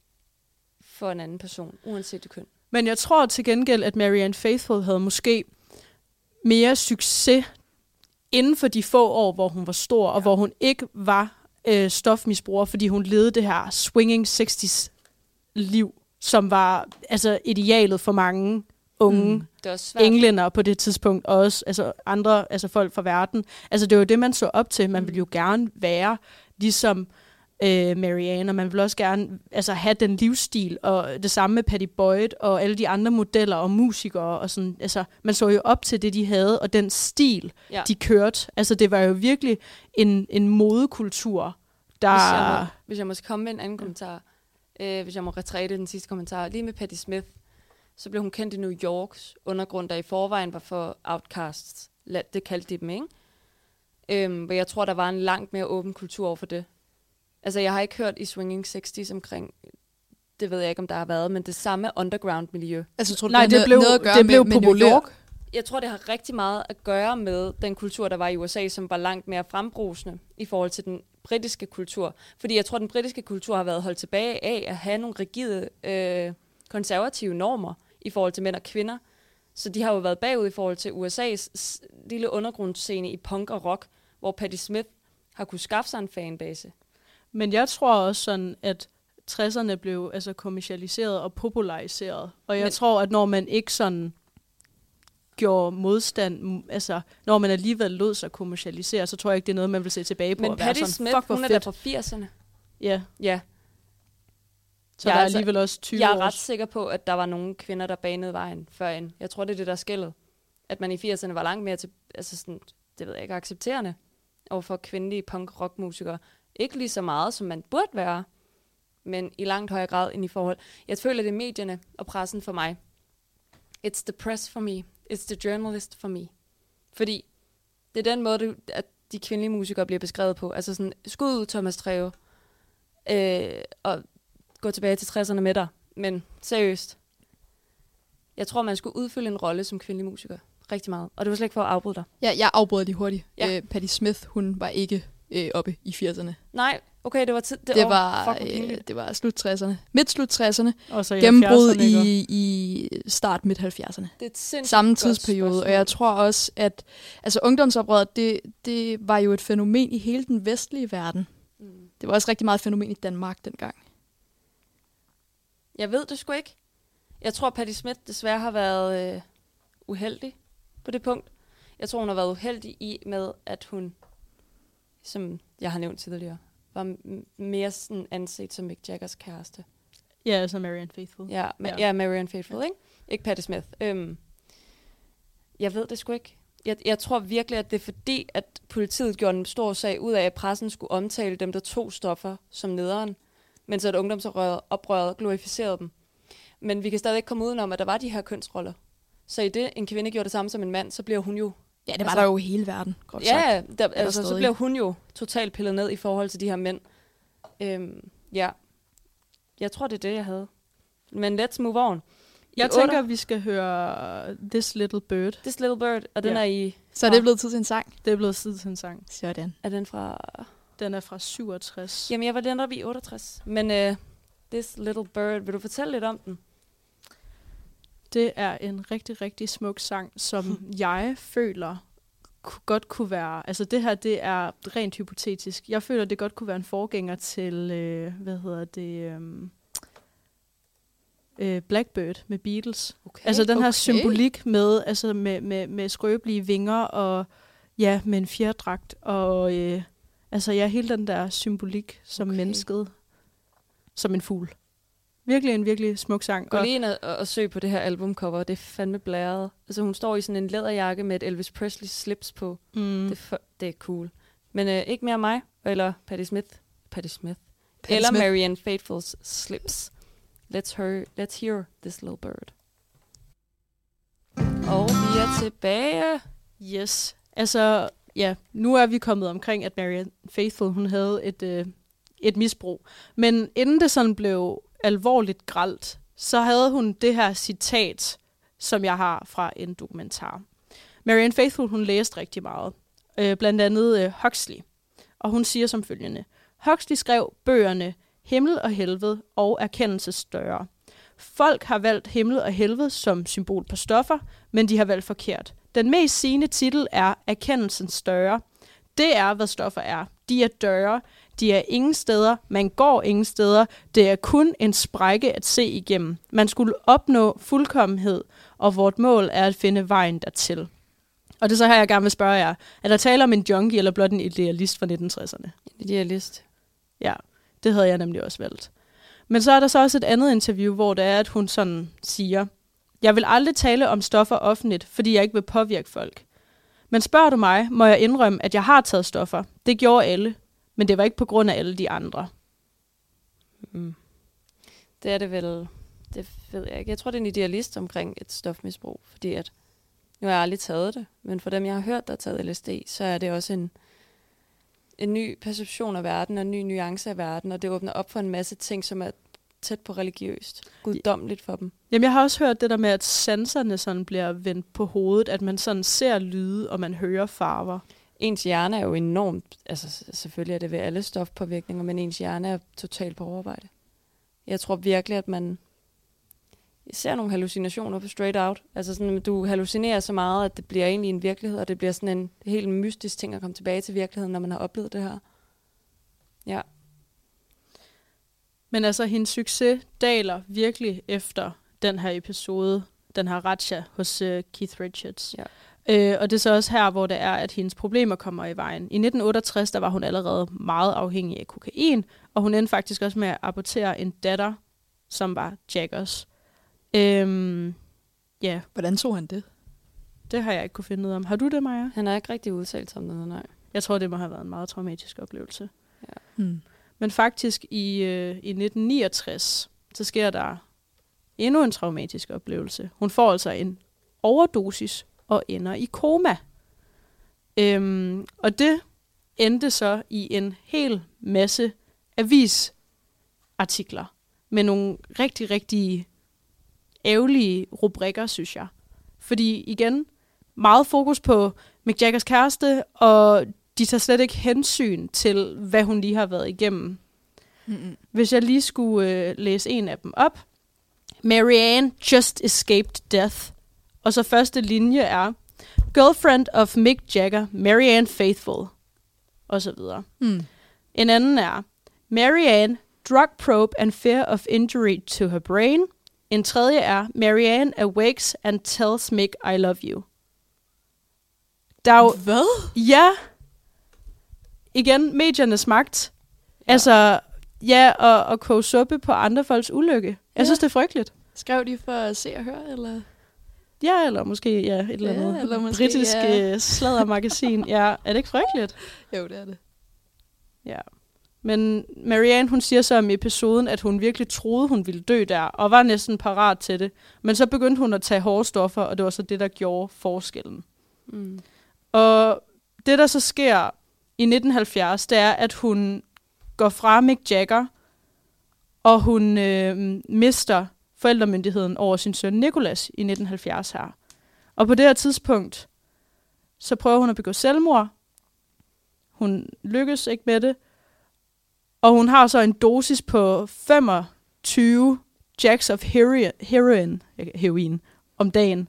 for en anden person, uanset det køn. Men jeg tror til gengæld, at Marianne Faithfull havde måske mere succes inden for de få år, hvor hun var stor, og hvor hun ikke var stofmisbruger, fordi hun levede det her swinging 60's liv, som var altså idealet for mange unge englænder på det tidspunkt, og også altså andre altså folk fra verden. Altså det var det, man så op til. Man ville jo gerne være ligesom Marianne, og man ville også gerne altså have den livsstil, og det samme med Patty Boyd og alle de andre modeller og musikere og sådan. Altså man så jo op til det, de havde, og den stil, de kørte. Altså det var jo virkelig en modekultur, der... Hvis jeg må komme med en anden kommentar, hvis jeg må retræte den sidste kommentar, lige med Patti Smith, så blev hun kendt i New Yorks undergrund, der i forvejen var for outcasts. Det kaldte de dem, ikke? Hvor jeg tror, der var en langt mere åben kultur over for det. Altså, jeg har ikke hørt i Swinging 60's omkring, det ved jeg ikke, om der har været, men det samme underground-miljø. Altså, tror du, nej, det blev noget at gøre det blev med New York? Jeg tror, det har rigtig meget at gøre med den kultur, der var i USA, som var langt mere frembrusende i forhold til den britiske kultur. Fordi jeg tror, den britiske kultur har været holdt tilbage af at have nogle rigide konservative normer i forhold til mænd og kvinder. Så de har jo været bagud i forhold til USA's lille undergrundsscene i punk og rock, hvor Patti Smith har kunne skaffe sig en fanbase. Men jeg tror også sådan, at 60'erne blev altså kommercialiseret og populariseret. Og jeg tror, at når man ikke sådan gjorde modstand, altså når man alligevel lod sig kommercialisere, så tror jeg ikke, det er noget, man vil se tilbage på. Men Patti Smith, hun er der fra 80'erne. Ja. Ja. Så der er alligevel også 20 år. Jeg er ret sikker på, at der var nogle kvinder, der banede vejen førend. Jeg tror, det er det, der skældet. At man i 80'erne var langt mere til, altså sådan, det ved jeg ikke, accepterende overfor kvindelige punk-rock-musikere. Ikke lige så meget, som man burde være, men i langt højere grad end i forhold. Jeg føler, det er medierne og pressen for mig. It's the press for me. It's the journalist for me. Fordi det er den måde, at de kvindelige musikere bliver beskrevet på. Altså sådan, skud ud Thomas Treve, og gå tilbage til 60'erne med dig. Men seriøst, jeg tror, man skulle udfylde en rolle som kvindelig musiker rigtig meget. Og det var slet ikke for at afbryde dig. Ja, jeg afbrød lige hurtigt. Ja. Patti Smith, hun var ikke oppe i 80'erne. Nej, okay, det var Det var slut 60'erne. Midt-slut 60'erne. Og så i Gennembrud 70'erne, ikke? i start midt 70'erne. Det er et sindssygt Samme godt tidsperiode. spørgsmål. Og jeg tror også, at ungdomsoprøret, det var jo et fænomen i hele den vestlige verden. Det var også rigtig meget et fænomen i Danmark dengang. Jeg ved det sgu ikke. Jeg tror, Patti Smith desværre har været uheldig på det punkt. Jeg tror, hun har været uheldig i med, at hun, som jeg har nævnt tidligere, var mere sådan anset som Mick Jaggers kæreste. Ja, altså Marianne Faithfull. Ja, Marianne Faithfull, ikke? Ikke Patti Smith. Jeg ved det sgu ikke. Jeg tror virkelig, at det er fordi, at politiet gjorde en stor sag ud af, at pressen skulle omtale dem, der tog stoffer som nederen, mens at ungdomsoprøret glorificerede dem. Men vi kan stadig ikke komme udenom, at der var de her kønsroller. Så i det, en kvinde gjorde det samme som en mand, så bliver hun jo... Ja, det var der jo i hele verden, groft sagt. Ja, så bliver hun jo totalt pillet ned i forhold til de her mænd. Ja, jeg tror, det er det, jeg havde. Men let's move on. Jeg tænker, vi skal høre This Little Bird. This Little Bird, og den er i... Så er det blevet tid til en sang? Det er blevet tid til en sang. Sådan. Er den fra... Den er fra 67. Jamen, jeg var den der i 68. Men This Little Bird, vil du fortælle lidt om den? Det er en rigtig, rigtig smuk sang, som jeg føler godt kunne være... Altså det her, det er rent hypotetisk. Jeg føler, det godt kunne være en forgænger til, Blackbird med Beatles. Okay. Altså den her symbolik med, altså med skrøbelige vinger og ja, med en fjerdragt og hele den der symbolik som mennesket, som en fugl. Virkelig smuk sang. Gå lige ind og søg på det her albumcover. Det er fandme blæret. Altså hun står i sådan en læderjakke med et Elvis Presley slips på. Det er cool. Men ikke mere mig, eller Patti Smith. Eller Marianne Faithfulls slips. Let's hear This Little Bird. Og vi er tilbage. Yes. Altså, ja, nu er vi kommet omkring, at Marianne Faithfull, hun havde et misbrug. Men inden det sådan blev alvorligt grelt, så havde hun det her citat, som jeg har fra en dokumentar. Marianne Faithfull, hun læste rigtig meget. Blandt andet Huxley. Og hun siger som følgende. Huxley skrev bøgerne Himmel og Helvede og Erkendelsesdøre. Folk har valgt himmel og helvede som symbol på stoffer, men de har valgt forkert. Den mest sigende titel er Erkendelsens døre. Det er, hvad stoffer er. De er døre. De er ingen steder. Man går ingen steder. Det er kun en sprække at se igennem. Man skulle opnå fuldkommenhed, og vort mål er at finde vejen dertil. Og det er så her, jeg gerne vil spørge jer. Er der tale om en junkie eller blot en idealist fra 1960'erne? Idealist. Ja, det havde jeg nemlig også valgt. Men så er der så også et andet interview, hvor det er, at hun sådan siger, jeg vil aldrig tale om stoffer offentligt, fordi jeg ikke vil påvirke folk. Men spørger du mig, må jeg indrømme, at jeg har taget stoffer. Det gjorde alle, men det var ikke på grund af alle de andre. Det er det vel, det ved jeg ikke. Jeg tror, det er en idealist omkring et stofmisbrug, fordi at, nu har jeg aldrig taget det, men for dem, jeg har hørt, der har taget LSD, så er det også en ny perception af verden, og en ny nuance af verden, og det åbner op for en masse ting, som er tæt på religiøst, guddommeligt for dem. Jamen, jeg har også hørt det der med, at sanserne sådan bliver vendt på hovedet, at man sådan ser lyde, og man hører farver. Ens hjerne er jo enormt, altså selvfølgelig er det ved alle stofpåvirkninger, men ens hjerne er totalt på overarbejde. Jeg tror virkelig, at man ser nogle hallucinationer på Straight Out. Altså sådan, at du hallucinerer så meget, at det bliver egentlig en virkelighed, og det bliver sådan en helt mystisk ting at komme tilbage til virkeligheden, når man har oplevet det her. Ja. Men altså, hendes succes daler virkelig efter den her episode, den her razzia hos Keith Richards. Ja. Og det er så også her, hvor det er, at hendes problemer kommer i vejen. I 1968, der var hun allerede meget afhængig af kokain, og hun endte faktisk også med at abortere en datter, som var Jaggers. Ja. Hvordan tog han det? Det har jeg ikke kunne finde ud af. Har du det, Maja? Han har ikke rigtig udtalt om noget, nej. Jeg tror, det må have været en meget traumatisk oplevelse. Ja. Men faktisk i 1969, så sker der endnu en traumatisk oplevelse. Hun får altså en overdosis og ender i koma. Og det endte så i en hel masse avisartikler med nogle rigtig, rigtig ærgerlige rubrikker, synes jeg. Fordi igen, meget fokus på Mick Jaggers kæreste, og de tager slet ikke hensyn til, hvad hun lige har været igennem. Mm-mm. Hvis jeg lige skulle læse en af dem op. Marianne just escaped death. Og så første linje er, girlfriend of Mick Jagger, Marianne Faithfull. Og så videre. Mm. En anden er, Marianne, drug probe and fear of injury to her brain. En tredje er, Marianne awakes and tells Mick, I love you. Der er jo, Hvad? ja, igen, mediernes magt. Ja. Altså, ja, og koge suppe på andre folks ulykke. Jeg synes, det er frygteligt. Skrev de for at se og høre, eller? Ja, eller måske et eller andet eller måske, britisk sladdermagasin. Ja, er det ikke frygteligt? Jo, det er det. Ja. Men Marianne, hun siger så om episoden, at hun virkelig troede, hun ville dø der, og var næsten parat til det. Men så begyndte hun at tage hårde stoffer, og det var så det, der gjorde forskellen. Mm. Og det, der så sker i 1970, det er, at hun går fra Mick Jagger, og hun mister forældremyndigheden over sin søn Nicholas i 1970 her. Og på det her tidspunkt, så prøver hun at begå selvmord. Hun lykkes ikke med det. Og hun har så en dosis på 25 jacks of heroin om dagen.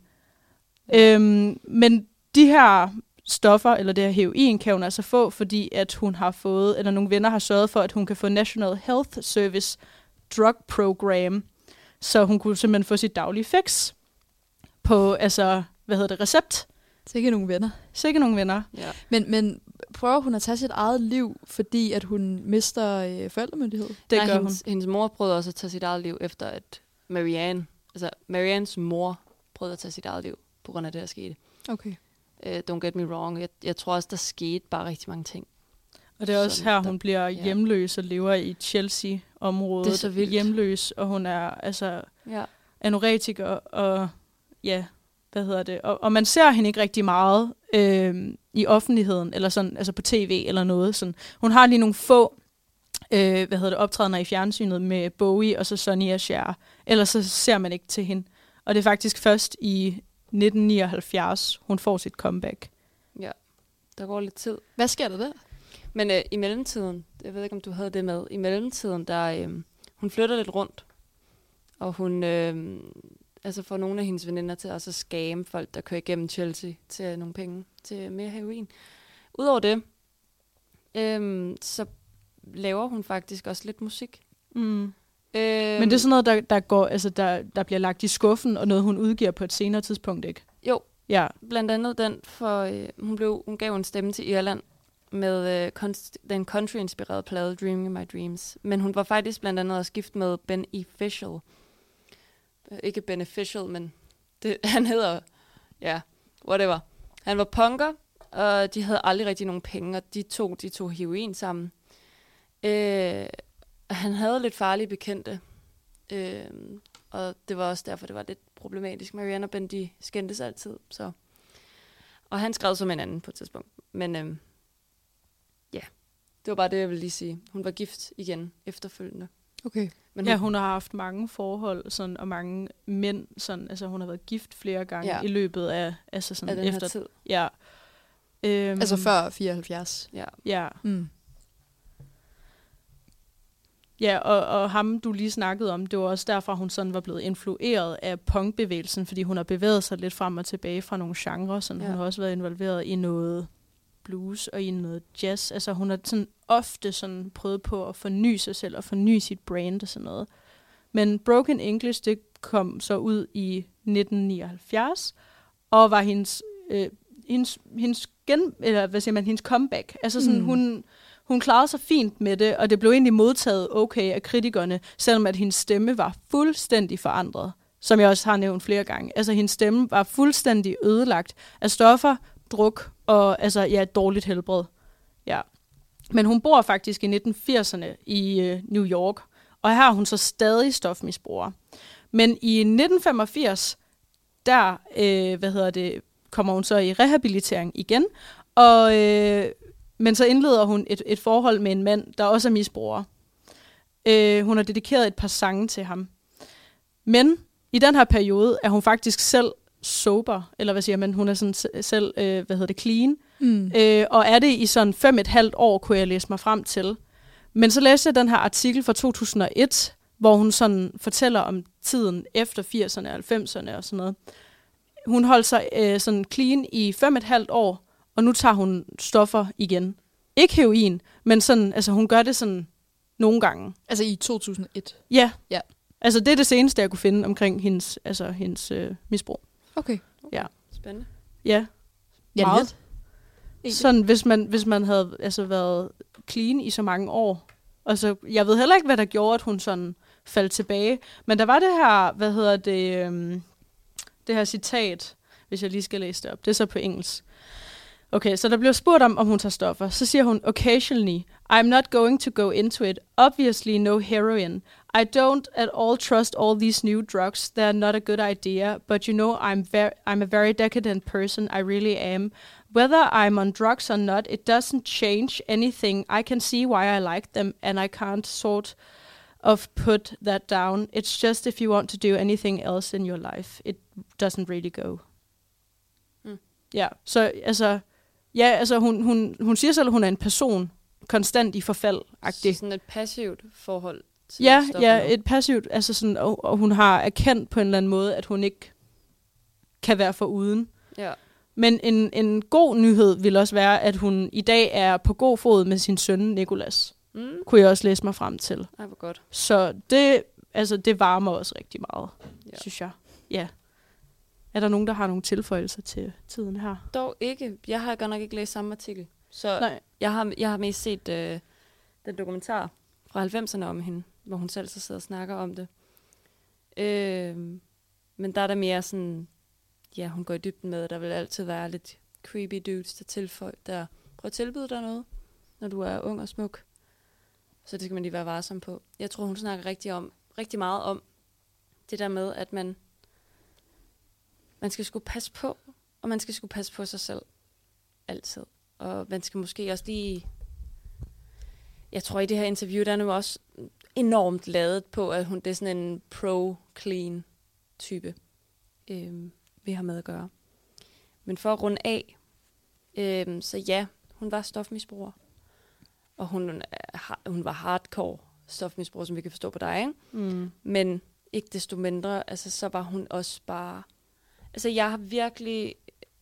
Men de her stoffer, eller det her heroin, kan hun altså få, fordi at hun har fået, eller nogle venner har sørget for, at hun kan få National Health Service Drug Program, så hun kunne simpelthen få sit daglige fix på, altså, recept. Sikke nogle venner. Sikke nogle venner. Ja. Men prøver hun at tage sit eget liv, fordi at hun mister forældremyndighed? Det Nej, gør hun. hendes mor prøvede også at tage sit eget liv, efter at Mariannes mor prøvede at tage sit eget liv, på grund af det, der skete. Okay. Don't get me wrong. Jeg tror også, der skete bare rigtig mange ting. Og det er også sådan, her, hun bliver hjemløs og lever i Chelsea-området. Det er så vildt. Hjemløs, og hun er altså Ja. anoretiker, og ja, og man ser hende ikke rigtig meget i offentligheden, eller sådan, altså på tv eller noget. Sådan. Hun har lige nogle få optrædener i fjernsynet med Bowie og så Sonny & Cher. Ellers så ser man ikke til hende. Og det er faktisk først i 1979, hun får sit comeback. Ja, der går lidt tid. Hvad sker der der? Men i mellemtiden, jeg ved ikke, om du havde det med, i mellemtiden, der hun flytter lidt rundt, og hun får nogle af hendes veninder til at skamme folk, der kører igennem Chelsea til nogle penge, til mere heroin. Udover det, så laver hun faktisk også lidt musik. Men det er sådan noget, der går, altså der bliver lagt i skuffen, og noget, hun udgiver på et senere tidspunkt, ikke? Jo, ja. Blandt andet den, for hun gav en stemme til Irland med den country-inspirerede plade Dreaming My Dreams. Men hun var faktisk blandt andet også gift med Beneficial. Ikke Beneficial, men han hedder, whatever. Han var punker, og de havde aldrig rigtig nogen penge, og de tog heroin sammen. Han havde lidt farlige bekendte, og det var også derfor, det var lidt problematisk. Marianne og Ben, de skændtes altid, så. Og han skrev som en anden på et tidspunkt. Men det var bare det, jeg ville lige sige. Hun var gift igen efterfølgende. Okay. Men hun har haft mange forhold, sådan, og mange mænd, sådan, altså hun har været gift flere gange i løbet af, altså sådan af den efter her tid. Ja. Altså før 74. Ja. Ja. Mm. Ja, og ham, du lige snakkede om, det var også derfor, hun sådan var blevet influeret af punkbevægelsen, fordi hun har bevæget sig lidt frem og tilbage fra nogle genrer, sådan hun har også været involveret i noget blues og i noget jazz. Altså hun har sådan ofte sådan prøvet på at forny sig selv og forny sit brand og sådan noget. Men Broken English, det kom så ud i 1979 og var hendes comeback. Altså sådan hun klarede sig fint med det, og det blev egentlig modtaget okay af kritikerne, selvom at hendes stemme var fuldstændig forandret, som jeg også har nævnt flere gange. Altså hendes stemme var fuldstændig ødelagt af stoffer, druk og dårligt helbred. Ja. Men hun bor faktisk i 1980'erne i New York, og her er hun så stadig stofmisbruger. Men i 1985, der kommer hun så i rehabilitering igen, og men så indleder hun et forhold med en mand, der også er misbruger. Hun har dedikeret et par sange til ham. Men i den her periode er hun faktisk selv sober, eller hvad siger man, hun er sådan selv, clean. Og er det i sådan 5,5 år, kunne jeg læse mig frem til. Men så læste jeg den her artikel fra 2001, hvor hun sådan fortæller om tiden efter 80'erne og 90'erne og sådan noget. Hun holdt sig sådan clean i 5,5 år, og nu tager hun stoffer igen. Ikke heroin, men sådan, altså hun gør det sådan nogle gange. Altså i 2001? Ja. Ja. Altså det er det seneste, jeg kunne finde omkring hendes misbrug. Okay. Ja. Spændende. Ja. Ja, meget. Sådan, hvis man havde altså været clean i så mange år. Altså, jeg ved heller ikke, hvad der gjorde, at hun sådan faldt tilbage. Men der var det her, det her citat, hvis jeg lige skal læse det op. Det er så på engelsk. Okay, så der bliver spurgt om hun tager stoffer. Så siger hun, occasionally, I'm not going to go into it. Obviously no heroin. I don't at all trust all these new drugs. They're not a good idea. But you know, I'm a very decadent person. I really am. Whether I'm on drugs or not, it doesn't change anything. I can see why I like them, and I can't sort of put that down. It's just if you want to do anything else in your life, it doesn't really go. Ja, så altså, hun siger selv, at hun er en person, konstant i forfald-agtig. Sådan et passivt forhold til Ja, et passivt, altså sådan, og hun har erkendt på en eller anden måde, at hun ikke kan være foruden. Ja. Men en god nyhed vil også være, at hun i dag er på god fod med sin søn, Nicolas. Kunne jeg også læse mig frem til. Ej, hvor godt. Så det varmer også rigtig meget, synes jeg. Ja. Er der nogen, der har nogle tilføjelser til tiden her? Dog ikke. Jeg har godt nok ikke læst samme artikel. Så Nej. Jeg har mest set den dokumentar fra 90'erne om hende, hvor hun selv så sidder og snakker om det. Men der er der mere sådan, ja, hun går i dybden med, der vil altid være lidt creepy dudes, der prøver at tilbyde dig noget, når du er ung og smuk. Så det skal man lige være varsom på. Jeg tror, hun snakker rigtig meget om det der med, at man skal sgu passe på, og man skal sgu passe på sig selv. Altid. Og man skal måske også lige... Jeg tror, i det her interview, der er nu også enormt ladet på, at det er sådan en pro-clean type, vi har med at gøre. Men for at runde af, så ja, hun var stofmisbruger. Og hun var hardcore stofmisbruger, som vi kan forstå på dig, ikke? Men ikke desto mindre, altså så var hun også bare... Altså jeg har virkelig...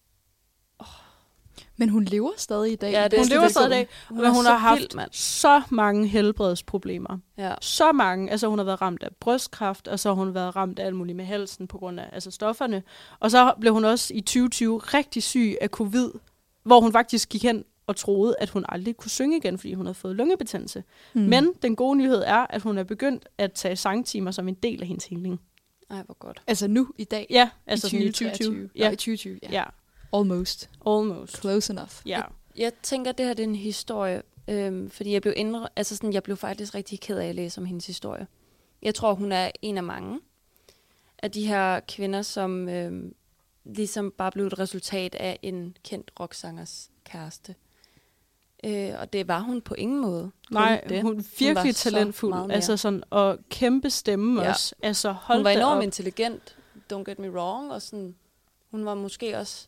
Men hun lever stadig i dag. Ja, hun lever stadig i dag, men hun har haft så mange helbredsproblemer. Ja. Så mange. Altså hun har været ramt af brystkræft, og så har hun været ramt af alt muligt med halsen på grund af stofferne. Og så blev hun også i 2020 rigtig syg af covid, hvor hun faktisk gik hen og troede, at hun aldrig kunne synge igen, fordi hun havde fået lungebetændelse. Men den gode nyhed er, at hun er begyndt at tage sangtimer som en del af hendes healing. Ej, hvor godt. Altså nu i dag? Ja, altså i 2020. Ja, i 2020, ja. Almost. Close enough. Ja. Jeg tænker, at det her det er en historie, fordi jeg blev faktisk rigtig ked af at læse om hendes historie. Jeg tror, hun er en af mange af de her kvinder, som ligesom bare blev et resultat af en kendt rocksangers kæreste. Og det var hun på ingen måde. Nej, hun er virkelig talentfuld. Altså sådan, og kæmpe stemme også. Altså, hun var enormt intelligent, don't get me wrong, og sådan, hun var måske også...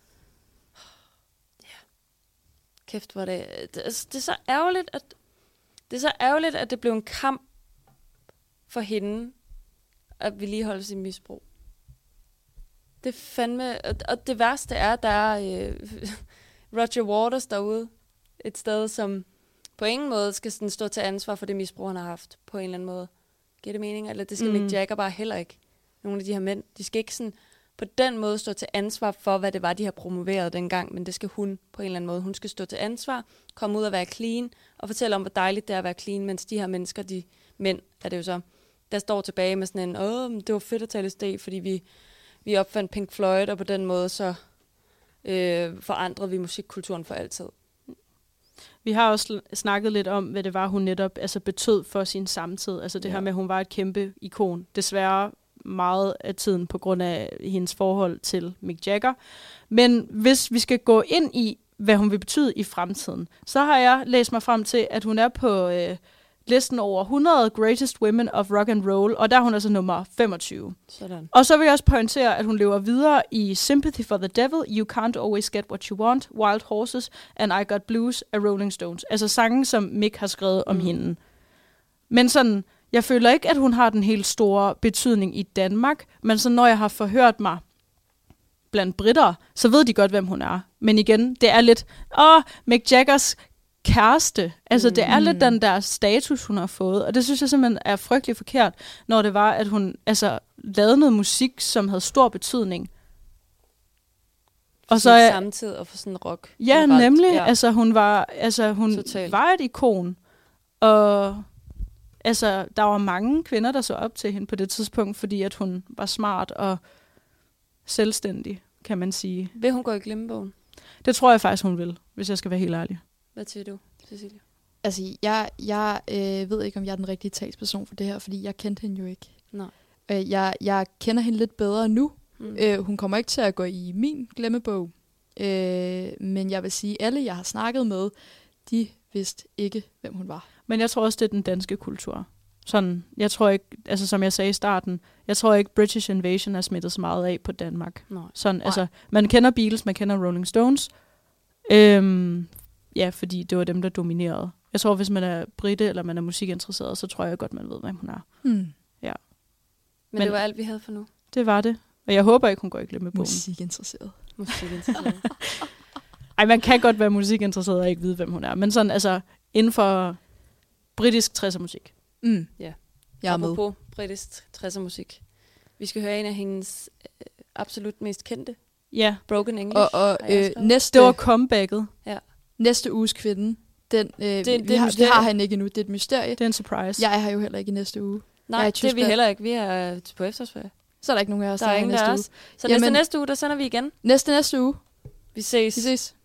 Kæft, hvor det er så ærgerligt, at det blev en kamp for hende at vedligeholde sin misbrug. Det er fandme... Og det værste er, der er Roger Waters derude, et sted, som på ingen måde skal sådan stå til ansvar for det misbrug, han har haft, på en eller anden måde. Giver det mening? Eller det skal Mick Jagger bare heller ikke. Nogle af de her mænd, de skal ikke sådan på den måde stå til ansvar for, hvad det var, de har promoveret dengang, men det skal hun på en eller anden måde. Hun skal stå til ansvar, komme ud og være clean, og fortælle om, hvor dejligt det er at være clean, mens de her mennesker, de mænd, er det jo så, der står tilbage med sådan en, det var fedt at tage LSD, fordi vi opfandt Pink Floyd, og på den måde så forandrede vi musikkulturen for altid. Vi har også snakket lidt om, hvad det var, hun netop betød for sin samtid. Altså det her med, at hun var et kæmpe ikon. Desværre meget af tiden på grund af hendes forhold til Mick Jagger. Men hvis vi skal gå ind i, hvad hun vil betyde i fremtiden, så har jeg læst mig frem til, at hun er listen over 100 greatest women of rock and roll, og der er hun altså nummer 25. Sådan. Og så vil jeg også pointere, at hun lever videre i Sympathy for the Devil, You Can't Always Get What You Want, Wild Horses and I Got Blues af Rolling Stones. Altså sange, som Mick har skrevet om hende. Men sådan, jeg føler ikke, at hun har den helt store betydning i Danmark, men så når jeg har forhørt mig blandt britter, så ved de godt, hvem hun er. Men igen, det er lidt, Mick Jaggers kæreste. Altså, det er lidt den der status, hun har fået. Og det synes jeg simpelthen er frygtelig forkert, når det var, at hun lavede noget musik, som havde stor betydning. Og så samtidig og for sådan rock. Ja, generelt. Nemlig. Ja. Altså, hun var et ikon. Og altså, der var mange kvinder, der så op til hende på det tidspunkt, fordi at hun var smart og selvstændig, kan man sige. Vil hun gå i glemmebogen? Det tror jeg faktisk, hun vil, hvis jeg skal være helt ærlig. Hvad siger du, Cecilie? Altså, jeg ved ikke, om jeg er den rigtige talsperson for det her, fordi jeg kendte hende jo ikke. Nej. Jeg kender hende lidt bedre nu. Hun kommer ikke til at gå i min glemmebog. Men jeg vil sige, alle jeg har snakket med, de vidste ikke, hvem hun var. Men jeg tror også, det er den danske kultur. Sådan, jeg tror ikke, altså som jeg sagde i starten, jeg tror ikke, British Invasion er smittet så meget af på Danmark. Nej. Sådan, altså, man kender Beatles, man kender Rolling Stones. Ja, fordi det var dem, der dominerede. Jeg tror, hvis man er brite eller man er musikinteresseret, så tror jeg godt, man ved, hvem hun er. Ja. Men det var alt, vi havde for nu. Det var det. Og jeg håber ikke, hun går i glemmebogen. Musikinteresseret. Ej, man kan godt være musikinteresseret og ikke vide, hvem hun er. Men sådan, altså, inden for britisk 60'er musik. Ja. Jeg er med. Apropos britisk 60'er musik. Vi skal høre en af hendes absolut mest kendte. Ja. Broken English. Og det var comebacket. Ja. Næste uges kvinde, vi har hende ikke endnu. Det er et mysterie. Det er en surprise. Jeg er her jo heller ikke i næste uge. Nej, det er vi heller ikke. Vi er på efterårsferie. Så er der ikke nogen af os, der er ingen næste uge. Så næste uge, der sender vi igen. Næste uge. Vi ses.